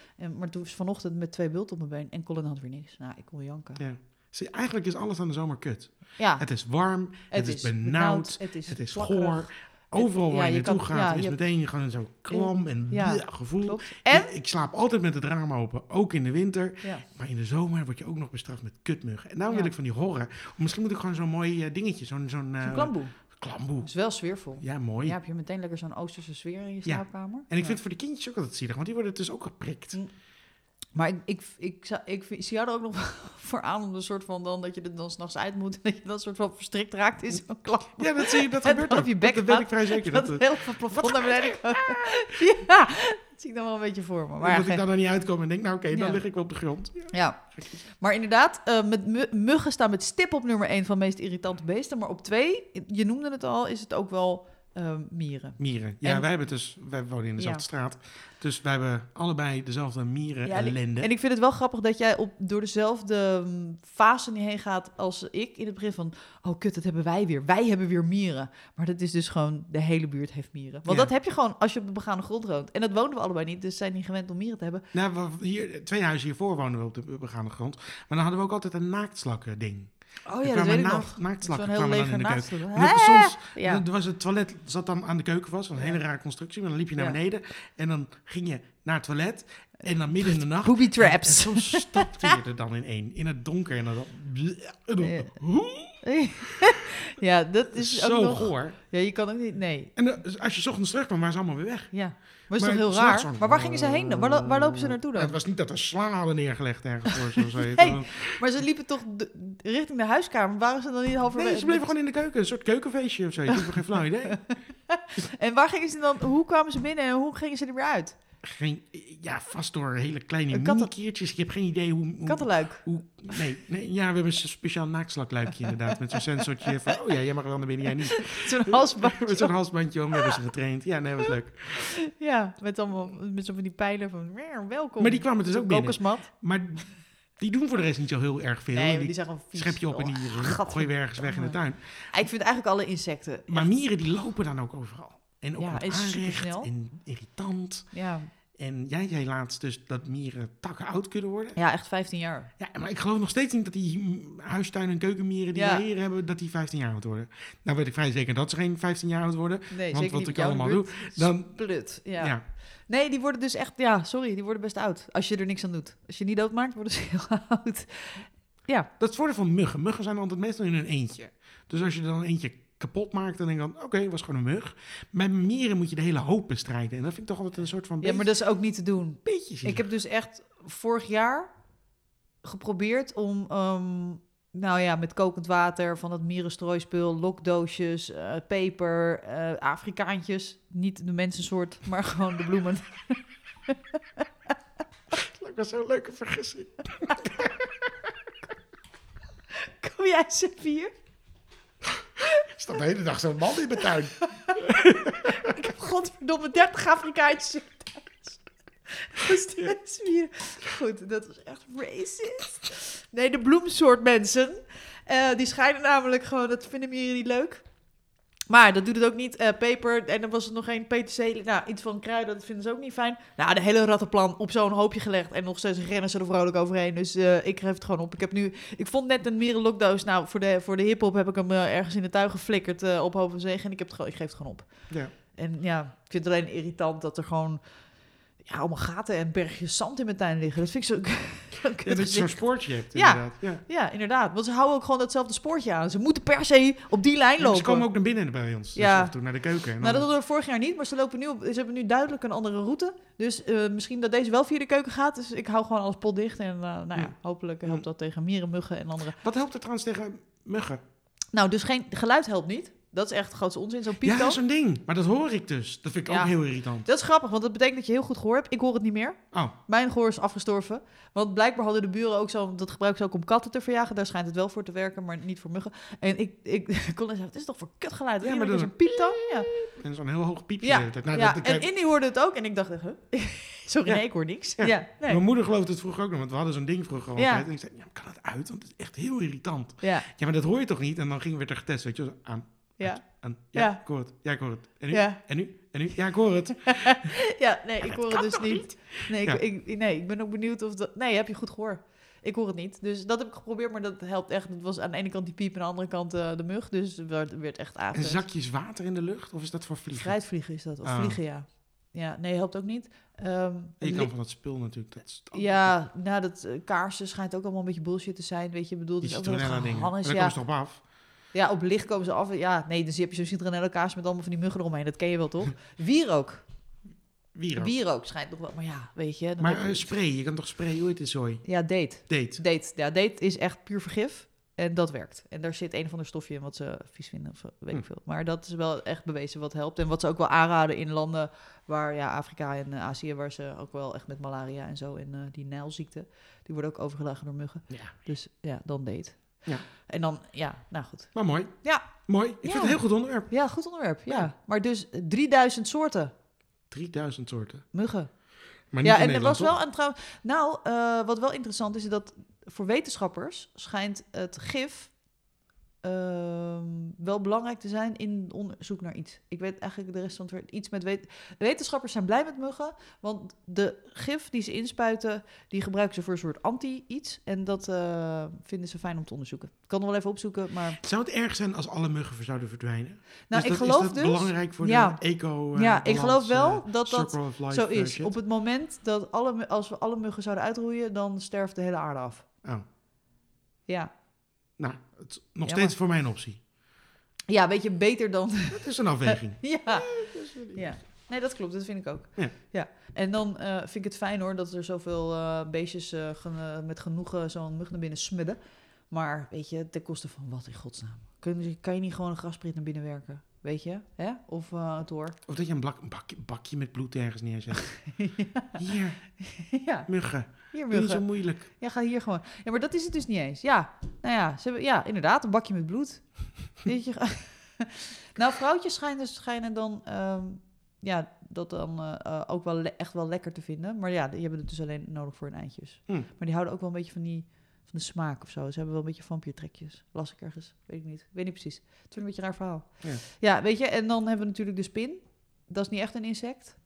En, maar toen was vanochtend met twee bulten op mijn been en Colin had weer niks. Nou, ik kon janken. Ja. Zie, eigenlijk is alles aan de zomer kut. Ja. Het is warm, het, het is, is benauwd, benauwd, het is, het is goor. Overal waar ja, je naartoe gaat ja, is je meteen gewoon zo'n klam en ja, bleh, gevoel. En? Ik, ik slaap altijd met het raam open, ook in de winter. Ja. Maar in de zomer word je ook nog bestraft met kutmuggen. En daarom ja. wil ik van die horror. Of misschien moet ik gewoon zo'n mooi uh, dingetje, zo'n... Zo'n uh, klamboe. Klamboe. Dat is wel sfeervol. Ja, mooi. Ja, heb je meteen lekker zo'n Oosterse sfeer in je slaapkamer. Ja. En ik vind het voor de kindjes ook altijd zielig, want die worden dus ook geprikt. Mm. Maar ik, ik, ik, ik, ik zie jou er ook nog voor aan om een soort van dan dat je er dan 's nachts uit moet en dat je dan soort van verstrikt raakt in zo'n klap. Ja, dat zie je, dat gebeurt ook. Je bek dat weet ik vrij zeker. Dat, dat heel veel plafond naar beneden komt. Ja, dat zie ik dan wel een beetje voor me. Maar ja, dat ja, ik dan er niet uitkom en denk, nou oké, okay, dan ja. lig ik wel op de grond. Ja, ja. Maar inderdaad, uh, met muggen staan met stip op nummer één van meest irritante beesten, maar op twee, je noemde het al, is het ook wel uh, mieren. Mieren, ja, en, wij hebben dus, wij wonen in dezelfde ja. straat. Dus wij hebben allebei dezelfde mieren ja, ellende. En ik vind het wel grappig dat jij op, door dezelfde um, fase niet heen gaat als ik. In het begin van, oh kut, dat hebben wij weer. Wij hebben weer mieren. Maar dat is dus gewoon, de hele buurt heeft mieren. Want ja. dat heb je gewoon als je op de begane grond woont. En dat woonden we allebei niet, dus zijn niet gewend om mieren te hebben. Nou, hier, twee huizen hiervoor wonen we op de begane grond. Maar dan hadden we ook altijd een naaktslakken ding. Oh ja, dat weet ik na- nog. Naaktslakken kwamen dan in de keuken. En soms ja. was het toilet zat dan aan de keuken vast, een hele rare constructie. Maar dan liep je naar ja. beneden en dan ging je naar het toilet en dan midden in de nacht. Booby traps. En, en soms stapte je er dan in één, in het donker en dan. En dan ja. ja, dat is zo ook nog goor. Ja, je kan ook niet. Nee. En uh, als je 's ochtends terugkwam, waren ze allemaal weer weg. Ja. Maar is maar toch heel raar? Zo, maar waar gingen ze heen dan? Waar, lo- waar lopen ze naartoe dan? Het was niet dat er slaan hadden neergelegd ergens voor. Zo zei nee, het maar ze liepen toch de, richting de huiskamer. Waren ze dan niet halverwege? Nee, ze bleven gewoon in de keuken. Een soort keukenfeestje of zo. Ik heb geen flauw idee. En waar gingen ze dan? Hoe kwamen ze binnen en hoe gingen ze er weer uit? Geen, ja, vast door hele kleine mini-keertjes. Ik heb geen idee hoe... hoe Kattenluik? Hoe, nee, nee, ja, we hebben een speciaal naaktslakluikje inderdaad. Met zo'n sensortje van, oh ja, jij mag wel naar binnen, jij niet. Zo'n halsbandje. Met zo'n halsbandje om, hebben ze getraind. Ja, nee, was leuk. Ja, met allemaal, met zo'n van die pijlen van, welkom. Maar die kwamen dus ook binnen. Kokosmat. Maar die doen voor de rest niet zo heel erg veel. Nee, die, die zijn gewoon vies. Schep je op en die oh, gooi je weer ergens weg in de tuin. Ik vind eigenlijk alle insecten. Maar echt. Mieren, die lopen dan ook overal. En ook ja, met aanrecht en irritant. Ja. En jij zei laatst dus dat mieren takken oud kunnen worden. Ja, echt vijftien jaar. Ja, maar ik geloof nog steeds niet dat die huistuin- en keukenmieren die ja. wij hier hebben, dat die vijftien jaar oud worden. Nou weet ik vrij zeker dat ze geen vijftien jaar oud worden. Nee, want wat ik allemaal doe, dan... Blut, ja. ja. Nee, die worden dus echt, ja, sorry, die worden best oud. Als je er niks aan doet. Als je niet doodmaakt, worden ze heel oud. Ja. Dat is het voordeel van muggen. Muggen zijn altijd meestal in een eentje. Dus als je er dan eentje kapot maakt, dan denk ik dan, oké, okay, was gewoon een mug. Bij mieren moet je de hele hoop bestrijden. En dat vind ik toch altijd een soort van... Beetje, ja, maar dat is ook niet te doen. Beetje zielig. Ik heb dus echt vorig jaar geprobeerd om... Um, nou ja, met kokend water, van dat mierenstrooispul, lokdoosjes, uh, peper, uh, Afrikaantjes. Niet de mensensoort, maar gewoon de bloemen. Dat was zo'n leuke vergissing. Kom jij ze vier? Er staat de hele dag zo'n man in mijn tuin. Ik heb godverdomme dertig Afrikaantjes in mijn tuin. Dat is vier. Goed, dat was echt racist. Nee, de bloemsoort mensen. Uh, die schijnen namelijk gewoon, dat vinden mieren niet leuk. Maar dat doet het ook niet. Uh, peper, en dan was het nog geen peterselie. Nou, iets van kruiden, dat vinden ze ook niet fijn. Nou, de hele rattenplan op zo'n hoopje gelegd. En nog steeds rennen ze er vrolijk overheen. Dus uh, ik geef het gewoon op. Ik heb nu, ik vond net een mierenlokdoos. Nou, voor de, voor de hiphop heb ik hem uh, ergens in de tuin geflikkerd uh, op hoop en zegen. En ik, heb het gewoon, ik geef het gewoon op. Ja. En ja, ik vind het alleen irritant dat er gewoon... Ja, allemaal gaten en bergjes zand in mijn tuin liggen. Dat vind ik zo... Ja, dat je zo'n spoortje hebt, ja, inderdaad. Ja. ja, inderdaad. Want ze houden ook gewoon datzelfde spoortje aan. Ze moeten per se op die lijn lopen. Ja, ze komen ook naar binnen bij ons. Dus ja. Af en toe naar de keuken. En nou, dat hadden we vorig jaar niet. Maar ze, lopen nu op, ze hebben nu duidelijk een andere route. Dus uh, misschien dat deze wel via de keuken gaat. Dus ik hou gewoon alles potdicht. En uh, nou ja, ja, hopelijk helpt dat tegen mieren, muggen en andere... Wat helpt er trouwens tegen muggen? Nou, dus geen geluid helpt niet. Dat is echt de grootste onzin, zo'n pieptoon. Ja, zo'n ding. Maar dat hoor ik dus. Dat vind ik ja. ook heel irritant. Dat is grappig, want dat betekent dat je heel goed gehoor hebt. Ik hoor het niet meer. Oh. Mijn gehoor is afgestorven. Want blijkbaar hadden de buren ook zo... Dat gebruiken ze ook om katten te verjagen. Daar schijnt het wel voor te werken, maar niet voor muggen. En ik, ik kon zeggen, het is toch voor kutgeluid? Ja, maar dat is een pieptoon. Ja. En zo'n heel hoog piepje. Ja, nou, ja. dat, en Indy hoorde het ook. En ik dacht, huh? Sorry, ja. nee, ik hoor niks. Ja. Ja, nee. Mijn moeder geloofde het vroeger ook nog, want we hadden zo'n ding vroeger altijd. Ja. En ik zei, ja, kan het uit? Want het is echt heel irritant. Ja. ja, maar dat hoor je toch niet? En dan gingen we het er getest, weet je, aan... Ja. En, ja, ja, ik hoor het. Ja, ik hoor het. En nu? Ja. En nu? En nu? Ja, ik hoor het. ja, nee, ik hoor het dus niet. niet. Nee, ik, ja. ik, nee, ik ben ook benieuwd of dat... Nee, heb je goed gehoord. Ik hoor het niet. Dus dat heb ik geprobeerd, maar dat helpt echt. Het was aan de ene kant die piep en aan de andere kant uh, de mug. Dus het werd, werd echt aangezet. En zakjes water in de lucht? Of is dat voor vliegen? Fruitvliegen is dat. Of oh. vliegen, ja. Ja, nee, helpt ook niet. Um, je kan van dat spul natuurlijk. Dat is ja, nou, dat uh, kaarsen schijnt ook allemaal een beetje bullshit te zijn. Weet je, bedoel, die dus ook citronella dingen. Daar ja. komen ze toch af? Ja, op licht komen ze af. Ja, nee, dus heb je zo'n citronella kaars met allemaal van die muggen eromheen. Dat ken je wel, toch? Wierook. Wierook. Wierook schijnt nog wel, maar ja, weet je. Maar uh, spray, je kan toch sprayen? Hoe heet het zooi? Ja, date. Date. Date. Ja, date is echt puur vergif. En dat werkt. En daar zit een of ander stofje in wat ze vies vinden, of weet ik hm. veel. Maar dat is wel echt bewezen wat helpt. En wat ze ook wel aanraden in landen waar, ja, Afrika en uh, Azië, waar ze ook wel echt met malaria en zo, en uh, die Nijlziekte, die worden ook overgedragen door muggen. Ja. Dus ja, dan date. Ja. En dan, ja, nou goed. Maar mooi. Ja. Mooi. Ik ja. vind het een heel goed onderwerp. Ja, goed onderwerp. Ja. ja. Maar dus drieduizend soorten. drieduizend soorten? Muggen. Maar niet ja, in en Nederland, er was toch? wel een trouw. Nou, uh, wat wel interessant is, is dat voor wetenschappers schijnt het gif Uh, wel belangrijk te zijn in onderzoek naar iets. Ik weet eigenlijk de rest van het woord iets met wet- wetenschappers zijn blij met muggen, want de gif die ze inspuiten, die gebruiken ze voor een soort anti-iets en dat uh, vinden ze fijn om te onderzoeken. Ik kan nog wel even opzoeken, maar zou het erg zijn als alle muggen zouden verdwijnen? Nou, dus ik dat, geloof is dat dus belangrijk voor ja, de eco uh, ja, balans, ik geloof wel uh, dat dat zo is. Shit. Op het moment dat alle als we alle muggen zouden uitroeien, dan sterft de hele aarde af. Oh. Ja. Nou, het is nog ja, steeds maar... voor mij een optie. Ja, weet je, beter dan... Het is een afweging. ja. ja. Nee, dat klopt. Dat vind ik ook. Ja. ja. En dan uh, vind ik het fijn hoor, dat er zoveel uh, beestjes uh, gen- met genoegen zo'n mug naar binnen smidden. Maar weet je, ten koste van wat in godsnaam? Kun, kan je niet gewoon een graspriet naar binnen werken? Weet je? Hè? Of uh, het hoor. Of dat je een, blak, een bakje, bakje met bloed ergens neerzet. ja. Hier. ja. Muggen. Hier muggen. Niet zo moeilijk. Ja, ga hier gewoon. Ja, maar dat is het dus niet eens. Ja, nou ja, ze hebben, ja inderdaad, een bakje met bloed. Weet je? nou, vrouwtjes schijnen, schijnen dan, um, ja, dat dan uh, uh, ook wel le- echt wel lekker te vinden. Maar ja, die hebben het dus alleen nodig voor hun eitjes. Hm. Maar die houden ook wel een beetje van die, van de smaak of zo. Ze hebben wel een beetje vampiertrekjes. Las ik ergens, weet ik niet. Weet niet precies. Het is een beetje een raar verhaal. Ja. ja, weet je, en dan hebben we natuurlijk de spin. Dat is niet echt een insect.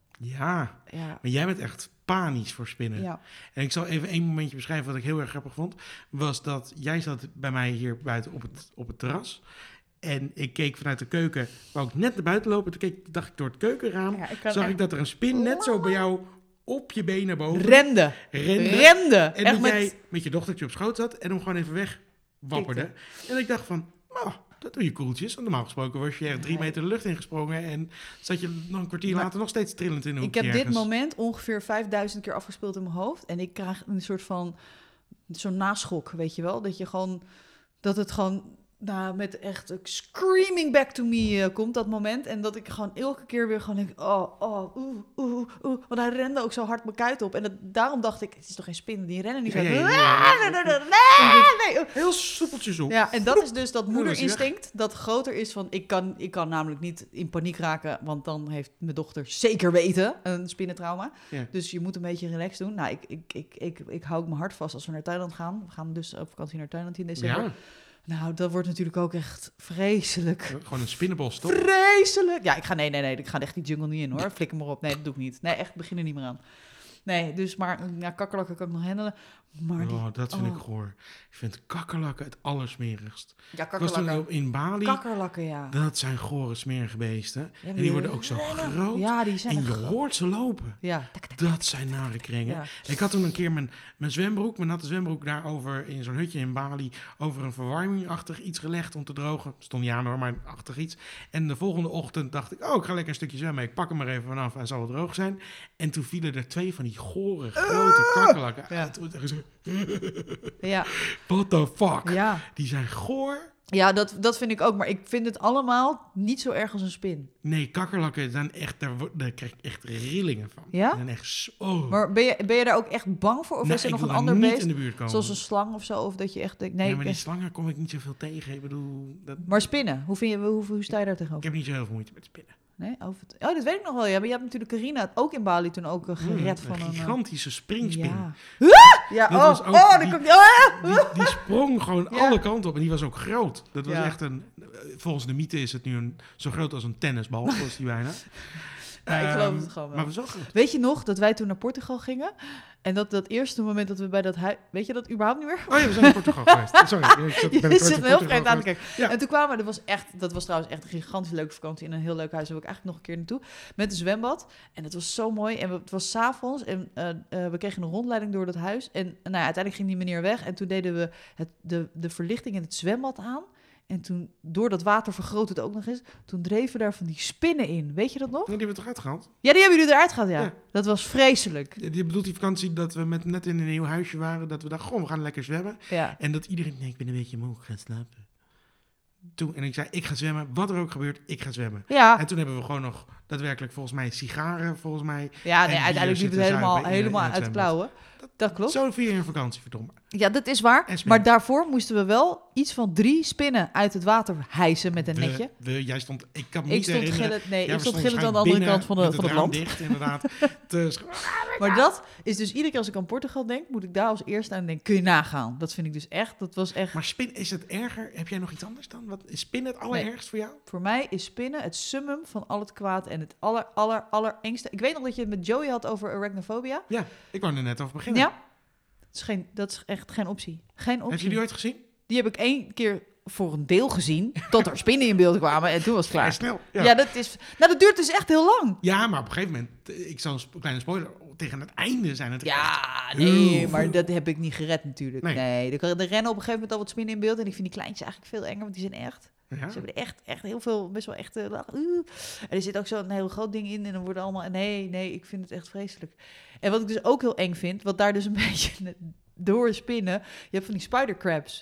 Ja, ja. maar jij bent echt panisch voor spinnen. Ja. En ik zal even één momentje beschrijven wat ik heel erg grappig vond. Was dat jij zat bij mij hier buiten op het, op het terras. En ik keek vanuit de keuken, wou ik net naar buiten lopen. Toen keek, dacht ik door het keukenraam, ja, ik zag echt... ik dat er een spin net zo bij jou op je been naar boven. Rende. Rende. Rende. En echt dat met... jij met je dochtertje op schoot zat en hem gewoon even wegwapperde. Kikte. En ik dacht van, oh, dat doe je koeltjes. Want normaal gesproken was je er drie meter de lucht ingesprongen en zat je nog een kwartier maar later nog steeds trillend in de hoekje. Ik heb ergens. dit moment ongeveer vijfduizend keer afgespeeld in mijn hoofd. En ik krijg een soort van, zo'n naschok, weet je wel. Dat je gewoon, dat het gewoon... Nou, met echt screaming back to me uh, komt dat moment. En dat ik gewoon elke keer weer gewoon denk... Oh, oh, oeh, oeh, oeh. Want hij rende ook zo hard mijn kuit op. En dat, daarom dacht ik, het is toch geen spin? Die rennen niet zo... Nee, nee, nee, nee, nee. Heel soepeltjes op. Ja, en dat is dus dat moederinstinct dat groter is van... Ik kan, ik kan namelijk niet in paniek raken... want dan heeft mijn dochter zeker weten een spinnentrauma. Ja. Dus je moet een beetje relaxed doen. Nou, ik, ik, ik, ik, ik hou mijn hart vast als we naar Thailand gaan. We gaan dus op vakantie naar Thailand in december. Ja. Nou, dat wordt natuurlijk ook echt vreselijk. Gewoon een spinnenbos, toch? Vreselijk! Ja, ik ga, nee, nee, nee, ik ga echt die jungle niet in, hoor. Flikker maar op. Nee, dat doe ik niet. Nee, echt, begin er niet meer aan. Nee, dus maar, ja, kakkerlakken kan ik nog handelen. Maar die, oh, dat vind oh. ik goor. Ik vind kakkerlakken het allersmerigst. Ja, kakkerlakken. Ik was toen in Bali. Kakkerlakken, ja. Dat zijn gore smerige beesten. Ja, en die worden ook zo groot. Ja, die zijn en je groot. hoort ze lopen. Ja. Dat zijn nare kringen. Ja. Ik had toen een keer mijn, mijn zwembroek, mijn natte zwembroek daarover in zo'n hutje in Bali, over een verwarmingachtig iets gelegd om te drogen. Stond niet aan hoor, maar achtig iets. En de volgende ochtend dacht ik, oh, ik ga lekker een stukje zwemmen. Ik pak hem er even vanaf, hij zal wel droog zijn. En toen vielen er twee van die gore, grote kakkerlakken ja. uit. Ja. What the fuck? Ja. Die zijn goor. Ja, dat, dat vind ik ook. Maar ik vind het allemaal niet zo erg als een spin. Nee, kakkerlakken zijn echt, daar, daar krijg ik echt rillingen van. Ja? Die zijn echt zo... Maar ben je, ben je daar ook echt bang voor? Of nee, is er nog een een ander niet beest? In de buurt komen. Zoals een slang of zo? Of dat je echt denkt... Nee, ja, maar die echt... slangen kom ik niet zoveel tegen. Ik bedoel... Dat... Maar spinnen, hoe, vind je, hoe, hoe sta je daar tegenover? Ik heb niet zo heel veel moeite met spinnen. Nee, over het... Oh, dat weet ik nog wel. Ja, maar je hebt natuurlijk Carina ook in Bali toen ook uh, gered mm, van een... een gigantische springspin. Ja, ja oh, ook, oh, die, dan komt die, oh, die, die sprong gewoon ja. alle kanten op. En die was ook groot. Dat was ja. echt een... Volgens de mythe is het nu een, zo groot als een tennisbal. Dat was die bijna. Ja, ik geloof het gewoon wel. Maar we goed. Weet je nog dat wij toen naar Portugal gingen? En dat dat eerste moment dat we bij dat huis... Weet je dat überhaupt niet meer? Oh ja, we zijn in Portugal geweest. Sorry. Ik zat, ben je zit me heel vreemd aan te kijken. Ja. En toen kwamen we... Dat was, echt, dat was trouwens echt een gigantisch leuke vakantie in een heel leuk huis. Daar wil ik eigenlijk nog een keer naartoe. Met een zwembad. En het was zo mooi. En we, het was 's avonds. En uh, uh, we kregen een rondleiding door dat huis. En nou, uiteindelijk ging die meneer weg. En toen deden we het, de, de verlichting in het zwembad aan. En toen, door dat water vergroot het ook nog eens, toen dreven daar van die spinnen in. Weet je dat nog? Nee, die hebben we toch uitgehaald? Ja, die hebben jullie eruit gehaald, ja. ja. Dat was vreselijk. Ja, je bedoelt die vakantie dat we met, net in een nieuw huisje waren, dat we dachten, goh, we gaan lekker zwemmen. Ja. En dat iedereen, nee, ik ben een beetje moe, ik ga slapen. Toen, en ik zei, ik ga zwemmen, wat er ook gebeurt, ik ga zwemmen. Ja. En toen hebben we gewoon nog daadwerkelijk volgens mij sigaren, volgens mij. Ja, nee, uiteindelijk liep het helemaal, helemaal uit de klauwen. Dat, dat klopt. Zo vier je een vakantie, verdomme. Ja, dat is waar. Maar daarvoor moesten we wel iets van drie spinnen uit het water hijsen met een we, netje. We, jij stond, ik kan me ik niet stond herinneren. Gillend, nee, ja, ik stond gillend aan de andere kant van, de, van het land. Dicht, inderdaad. te maar dat is dus iedere keer als ik aan Portugal denk, moet ik daar als eerste aan denken. Kun je nagaan? Dat vind ik dus echt, dat was echt... Maar spin, is het erger? Heb jij nog iets anders dan? Wat, is spinnen het allerergst nee. voor jou? Voor mij is spinnen het summum van al het kwaad en het aller, aller, aller engste. Ik weet nog dat je het met Joey had over arachnofobia. Ja, ik wou er net over beginnen. Ja. Dat is, geen, dat is echt geen optie. Geen optie. Heb je die ooit gezien? Die heb ik één keer voor een deel gezien, tot er spinnen in beeld kwamen en toen was het klaar. Ja, snel. Ja. ja, dat is... Nou, dat duurt dus echt heel lang. Ja, maar op een gegeven moment, ik zal een kleine spoiler, tegen het einde zijn het Ja, nee, maar dat heb ik niet gered natuurlijk. Nee, nee er, er rennen op een gegeven moment al wat spinnen in beeld en ik vind die kleintjes eigenlijk veel enger, want die zijn echt... Ja. Ze hebben er echt, echt heel veel, best wel echt... Uh, uh. En er zit ook zo'n heel groot ding in en dan worden allemaal... Nee, nee, ik vind het echt vreselijk. En wat ik dus ook heel eng vind, wat daar dus een beetje door spinnen... Je hebt van die spidercrabs.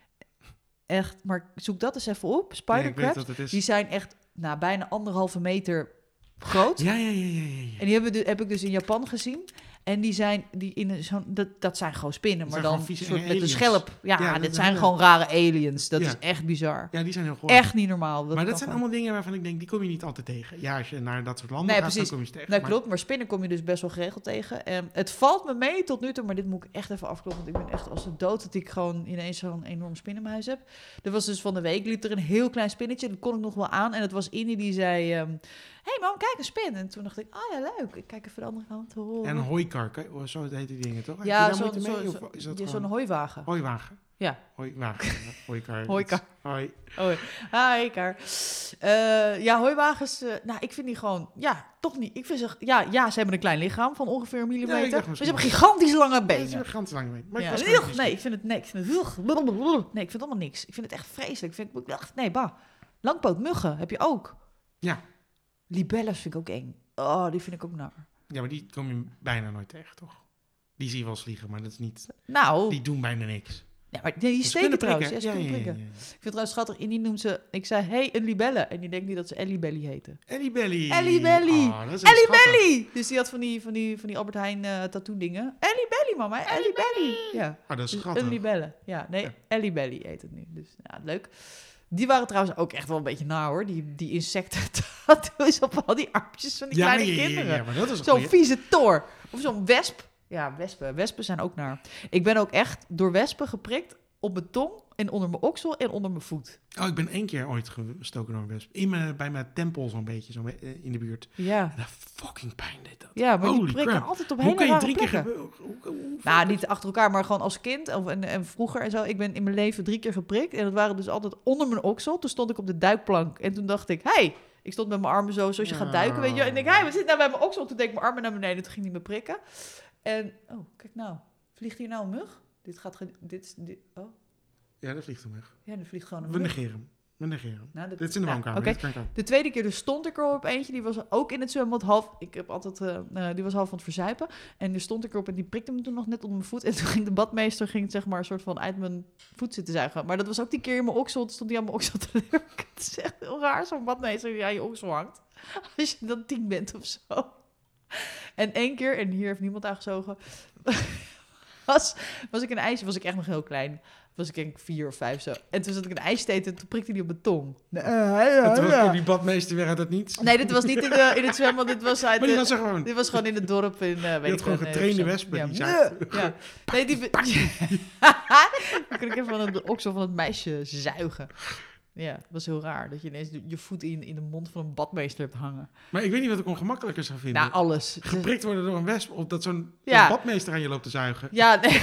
Echt, maar zoek dat eens even op. Spidercrabs, ja, die zijn echt nou, bijna anderhalve meter groot. Ja, ja, ja, ja, ja. En die hebben, heb ik dus in Japan gezien. En die zijn, die in een, zo'n, dat, dat zijn gewoon spinnen, maar dan soort met een schelp. Ja, ja dit zijn gewoon rare aliens. Dat ja. is echt bizar. Ja, die zijn heel goor. Echt niet normaal. Dat maar dat zijn allemaal dingen waarvan ik denk, die kom je niet altijd tegen. Ja, als je naar dat soort landen nee, gaat, precies. dan kom je ze tegen. Nee, maar... klopt. Maar spinnen kom je dus best wel geregeld tegen. En het valt me mee tot nu toe, maar dit moet ik echt even afkloppen. Want ik ben echt als de dood dat ik gewoon ineens zo'n enorm spin in mijn huis heb. Er was dus van de week, liep er een heel klein spinnetje. Dat kon ik nog wel aan. En het was Innie die zei... Um, hey man, kijk, een spin. En toen dacht ik, oh ja, leuk. Ik kijk even de andere kant. Oh. En een hooikark, zo heet die dingen, toch? Ja, zo'n zo, zo, zo, zo hooiwagen. Hooiwagen. Ja. Hooiwagen. Hooikar. Hooikar. Hoi. Hoi. Hi, Kar. Uh, ja, hooiwagens, uh, nou, ik vind die gewoon, ja, toch niet. Ik vind ze, ja, ja, ze hebben een klein lichaam van ongeveer een millimeter. Ja, maar ze hebben gigantisch lange benen. Ja, ze hebben gigantisch lange benen. Maar ja, ik nee, nee, ik vind het, nee, ik vind het, nee, ik vind het allemaal niks. Ik vind het echt vreselijk. Ik vind, ik, nee, bah. Langpootmuggen heb je ook. Ja. Libelles vind ik ook eng. Oh, die vind ik ook naar. Ja, maar die kom je bijna nooit tegen, toch? Die zie je wel eens vliegen, maar dat is niet... Nou... Die doen bijna niks. Ja, maar die steken trouwens. Ja, ja, ja, ja, ja. Ik vind het trouwens schattig. In die noemt ze... Ik zei, hey, een libelle. En die denkt niet dat ze Ellie Belly heette. Ellie Belly. Ellie Belly. Oh, Ellie Belly. Dus die had van die, van die, van die Albert Heijn uh, tattoo dingen. Ellie Belly, mama. Ellie Belly. Ja. Oh, dat is dus schattig. Een libelle. Ja, nee, ja. Ellie Belly heet het nu. Dus ja, leuk. Die waren trouwens ook echt wel een beetje na, hoor. Die, die insecten tattoos op al die armpjes van die ja, kleine ja, ja, kinderen. Ja, maar dat is zo'n vieze tor. Of zo'n wesp. Ja, wespen. Wespen zijn ook naar. Ik ben ook echt door wespen geprikt op mijn tong en onder mijn oksel en onder mijn voet. Oh, ik ben één keer ooit gestoken door een wesp. In mijn, bij mijn tempel zo'n beetje, zo in de buurt. Ja. En dat fucking pijn deed dat. Ja, maar Holy die prikken crap. altijd op hoe hele rare drie plekken. Keer hoe, hoe, hoe nou, niet achter elkaar, maar gewoon als kind of, en, en vroeger en zo. Ik ben in mijn leven drie keer geprikt en dat waren dus altijd onder mijn oksel. Toen stond ik op de duikplank en toen dacht ik, hey, ik stond met mijn armen zo, zoals je gaat duiken, weet je. En ik denk, hey, wat zit nou bij mijn oksel? Toen deed ik mijn armen naar beneden, toen ging die me prikken. En, oh, kijk nou, vliegt hier nou een mug? Dit gaat, ge- dit, dit, oh. Ja, dat vliegt een mug. Ja, er vliegt gewoon een We mug. negeren hem. We negeren hem. Nou, dat, dit is in de nou, woonkamer. Okay. De tweede keer dus stond ik er op eentje. Die was ook in het zwembad half... Ik heb altijd... Uh, uh, die was half aan het verzuipen. En er stond ik erop en die prikte me toen nog net onder mijn voet. En toen ging de badmeester ging, zeg maar, een soort van uit mijn voet zitten zuigen. Maar dat was ook die keer in mijn oksel. Toen stond die aan mijn oksel te lurken. Het is echt heel raar, zo'n badmeester die aan je oksel hangt. Als je dan tien bent of zo. En één keer, en hier heeft niemand aangezogen... was, was ik een ijsje, was ik echt nog heel klein. Was ik denk vier of vijf zo. En toen zat ik een ijsje te eten en toen prikte hij op mijn tong. Uh, ja, en toen ja. was die badmeester weer uit het niets. Nee, dit was niet in, de, in het zwembad. Dit was uit maar die was er gewoon. Dit was gewoon in het dorp. In, uh, weet je had gewoon getrainde wespen. Ja. Die ja. ja. Nee, die... Dan kon ik even van het oksel van het meisje zuigen. Ja, dat was heel raar. Dat je ineens je voet in, in de mond van een badmeester hebt hangen. Maar ik weet niet wat ik ongemakkelijker zou vinden. Nou, alles. Geprikt worden door een wesp of dat zo'n ja. badmeester aan je loopt te zuigen. Ja, nee.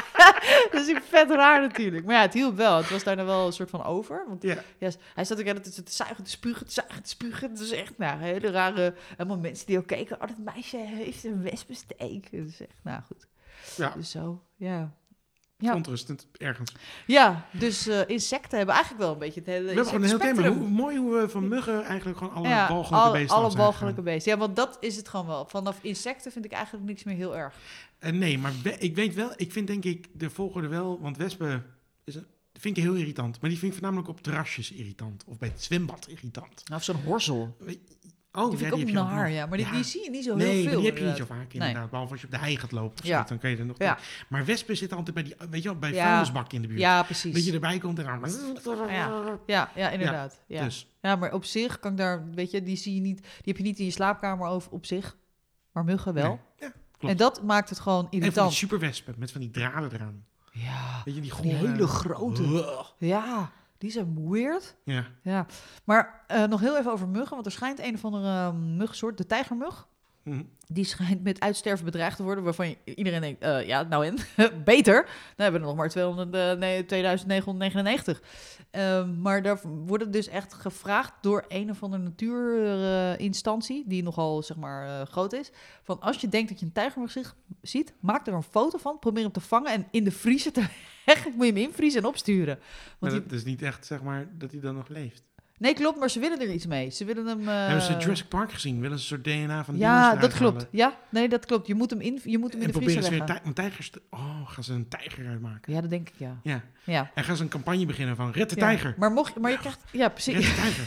Dat is vet raar natuurlijk. Maar ja, het hielp wel. Het was daarna wel een soort van over. Want ja. Ja, hij zat ook altijd te zuigen, te spugen, te zuigen, te spugen. Het is echt nou, hele rare... Helemaal mensen die ook keken. Oh, dat meisje heeft een wespensteek. Dat is echt, nou goed. Ja. Dus zo, ja. Ja. Ontrustend, ergens. Ja, dus uh, insecten hebben eigenlijk wel een beetje het hele... We hebben gewoon een heel thema. Hoe, mooi hoe we van muggen eigenlijk gewoon alle ja, walgelijke al, beesten alle walgelijke beesten. Ja, want dat is het gewoon wel. Vanaf insecten vind ik eigenlijk niks meer heel erg. Uh, nee, maar we, ik weet wel... Ik vind denk ik de volgorde wel... Want wespen is een, vind ik heel irritant. Maar die vind ik voornamelijk op terrasjes irritant. Of bij het zwembad irritant. Nou, of zo'n horzel. Oh, die ja, vind ik die ook naar, ja. Maar die, ja. die zie je niet zo nee, heel veel. Nee, die heb je inderdaad. niet zo vaak inderdaad. Nee. Behalve als je op de hei gaat lopen. Ja. Dan kun je er nog... Ja. Maar wespen zitten altijd bij die... Weet je wel, bij ja. vuilnisbakken in de buurt. Ja, precies. Dat je erbij komt en dan... Ja, ja, ja inderdaad. Ja. Ja. Dus. ja, maar op zich kan ik daar... Weet je, die zie je niet... Die heb je niet in je slaapkamer over op zich. Maar muggen wel. Nee. Ja, klopt. En dat maakt het gewoon irritant. En van die superwespen met van die draden eraan. Ja. Weet je, die, die hele grote. Uh. Ja. Die zijn weird. Ja. ja. Maar uh, nog heel even over muggen. Want er schijnt een of andere uh, muggensoort, de tijgermug. Mm. Die schijnt met uitsterven bedreigd te worden. Waarvan iedereen denkt, uh, ja, nou en? Beter. Dan hebben we er nog maar tweehonderd, uh, nee, tweeduizend negenhonderdnegenennegentig. Uh, maar daar worden dus echt gevraagd door een of andere natuurinstantie. Uh, die nogal, zeg maar, uh, groot is. Van als je denkt dat je een tijgermug ziet, maak er een foto van. Probeer hem te vangen en in de vriezer te... Echt, moet je hem invriezen en opsturen. Want maar dat die... is niet echt, zeg maar, dat hij dan nog leeft. Nee, klopt, maar ze willen er iets mee. Ze willen hem... Uh... Hebben ze Jurassic Park gezien? Willen ze een soort D N A van ja, dat klopt. Halen? Ja, nee, dat klopt. Je moet hem in, je moet hem in en de vriezer leggen. En proberen ze weer tij- tijgers te... Oh, gaan ze een tijger uitmaken? Ja, dat denk ik, ja. Ja. ja. En gaan ze een campagne beginnen van red de ja. tijger. Maar, mocht, maar je krijgt... Ja, precies. Red de tijger.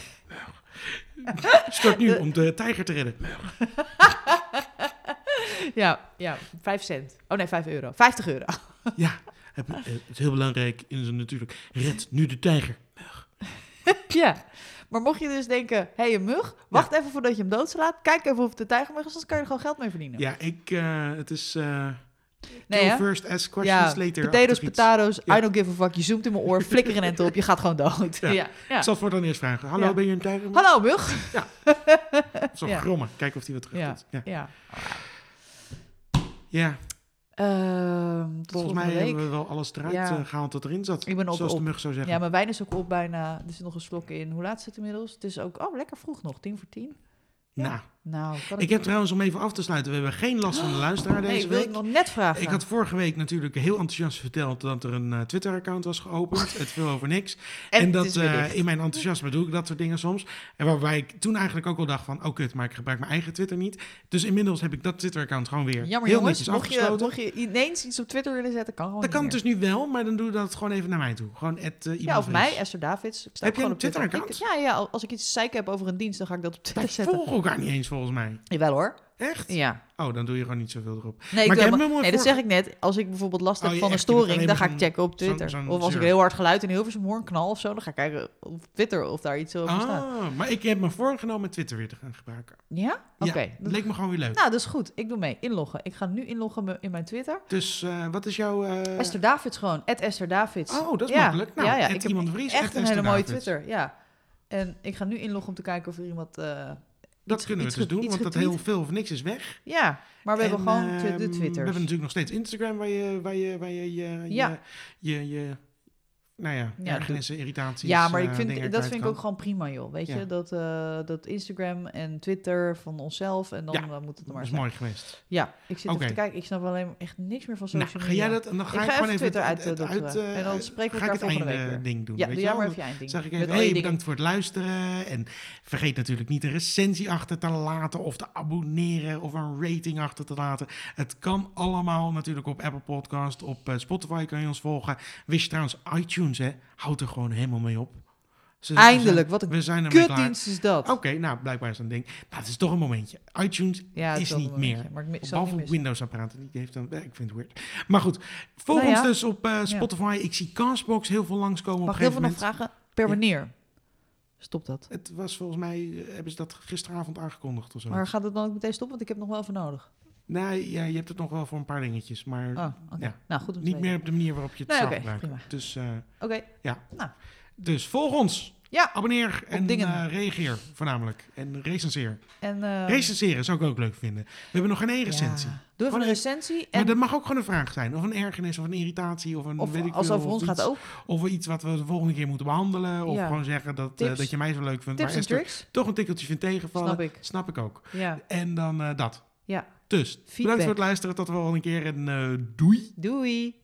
Stort nu de... om de tijger te redden. ja, ja, vijf cent. Oh nee, vijf euro. Vijftig euro. Ja. Het is heel belangrijk in zijn natuurlijk. Red nu de tijger. Ja, maar mocht je dus denken, hé, hey, een mug, wacht ja. even voordat je hem doodslaat. Kijk even of het de tijgermug is, dan kan je er gewoon geld mee verdienen. Ja, ik, uh, het is... Uh, nee, go first, ask questions ja, later. Potatoes, potatoes, ja. I don't give a fuck. Je zoomt in mijn oor, flikker een ente op, je gaat gewoon dood. Ja. Ja. Ja. Ik zal het voor dan eerst vragen. Hallo, ja. ben je een tijgermug? Hallo, mug. Ja. Zo ja. grommen, kijken of hij wat terug ja. doet. Ja. Ja. Ja. Uh, Volgens mij week. hebben we wel alles eruit ja. uh, gehaald wat erin zat. Ik ben op, zoals op. de mug zou zeggen. Ja, mijn wijn is ook op bijna. Er zit nog een slok in. Hoe laat zit het inmiddels? Het is ook oh, lekker vroeg nog. Tien voor tien. Ja. Nou, nou ik, ik heb trouwens, om even af te sluiten, we hebben geen last van de luisteraar deze nee, week. Ik wil nog net vragen. Ik had vorige week natuurlijk heel enthousiast verteld dat er een uh, Twitter-account was geopend. Het viel over niks. En, en dat uh, in mijn enthousiasme doe ik dat soort dingen soms. En waarbij ik toen eigenlijk ook al dacht van, oh kut, maar ik gebruik mijn eigen Twitter niet. Dus inmiddels heb ik dat Twitter-account gewoon weer Jammer, heel jongens, netjes mocht afgesloten. Je, mocht je ineens iets op Twitter willen zetten, kan gewoon Dat kan meer. dus nu wel, maar dan doe dat gewoon even naar mij toe. Gewoon at, uh, ja, of mij, Esther Davids. Ik sta heb je gewoon een Twitter-account? Ja, ja, als ik iets zeiken heb over een dienst, dan ga ik dat op Twitter zetten. Ik volg elkaar niet eens volgens mij. Jawel hoor. Echt? Ja. Oh, dan doe je gewoon niet zoveel erop. Nee, maar ik ik wil, heb maar, nee dat zeg ik net. Als ik bijvoorbeeld last heb oh, van een storing, dan ga ik checken op Twitter. Zo'n, zo'n of als zeur. ik heel hard geluid in Hilversum hoor, een knal of zo, dan ga ik kijken op Twitter of daar iets over ah, staat. Maar ik heb me voorgenomen Twitter weer te gaan gebruiken. Ja? Oké. Okay. Ja, dat leek me gewoon weer leuk. Nou, dat is goed. Ik doe mee. Inloggen. Ik ga nu inloggen in mijn Twitter. Dus uh, wat is jouw... Uh... Esther Davids gewoon. At Esther Davids. Oh, dat is ja. makkelijk. Nou, ja, ja. Ik heb iemand Vries, echt een hele Esther mooie Davids. Twitter. Ja. En ik ga nu inloggen om te kijken of er iemand... Uh, Dat iets, kunnen we iets, dus doen, want getweet. dat heel veel of niks is weg. Ja, maar we en, hebben gewoon uh, de Twitters. We hebben natuurlijk nog steeds Instagram waar je waar je, waar je, je, ja. je, je, je nou ja, ja ergernissen, irritaties. Ja, maar ik uh, vind, dat vind ik kan. ook gewoon prima, joh. Weet ja. je, dat, uh, dat Instagram en Twitter van onszelf en dan ja, uh, moet het er maar dat is zijn. mooi geweest. Ja, ik zit okay. even te kijken. Ik snap alleen echt niks meer van social nou, media. Ga jij dat? En dan ga ik ik ga gewoon even Twitter even uit, uit, uit uh, en dan spreken we elkaar volgende week weer. Ding doen. Ja, weet doe jij maar even je eindding. Zeg ik even, hey, bedankt dingen. voor het luisteren. En vergeet natuurlijk niet een recensie achter te laten of te abonneren of een rating achter te laten. Het kan allemaal natuurlijk op Apple Podcast, op uh, Spotify kan je ons volgen. Wist je trouwens, iTunes, hè, houdt er gewoon helemaal mee op. Ze, Eindelijk, we zijn, wat een kutdienst is dat. Oké, okay, nou, blijkbaar is dat een ding. Nou, het is toch een momentje. iTunes ja, is niet meer. Maar ik behalve op Windows-apparaten. Die heeft dan, eh, ik vind het weird. Maar goed, volg nou ja. ons dus op uh, Spotify. Ja. Ik zie Castbox heel veel langskomen. Mag ik heel veel nog vragen? Per wanneer? Ja. Stopt dat? Het was volgens mij, uh, hebben ze dat gisteravond aangekondigd of zo. Maar gaat het dan ook meteen stoppen? Want ik heb nog wel even nodig. Nee, ja, je hebt het nog wel voor een paar dingetjes. Maar oh, okay. ja, nou, goed niet meer op de manier waarop je het nee, zou okay, gebruiken. Dus, uh, Oké. Okay. Ja. Nou. Dus volg ons. Ja. Abonneer en uh, reageer voornamelijk. En recenseer. En, uh, Recenseren zou ik ook leuk vinden. We hebben nog geen één recensie. Ja. Doe even een recensie. En maar dat mag ook gewoon een vraag zijn. Of een ergernis, of een irritatie. Of, een, of weet ik als veel, over ons iets, gaat ook. Of iets wat we de volgende keer moeten behandelen. Of ja. gewoon zeggen dat, uh, dat je mij zo leuk vindt. Tips maar Esther tricks. toch een tikkeltje vindt tegenvallen. Snap ik. Snap ik ook. Ja. En dan uh, dat. Ja. Dus, Feedback. Bedankt voor het luisteren. Tot de volgende keer. En uh, doei. Doei.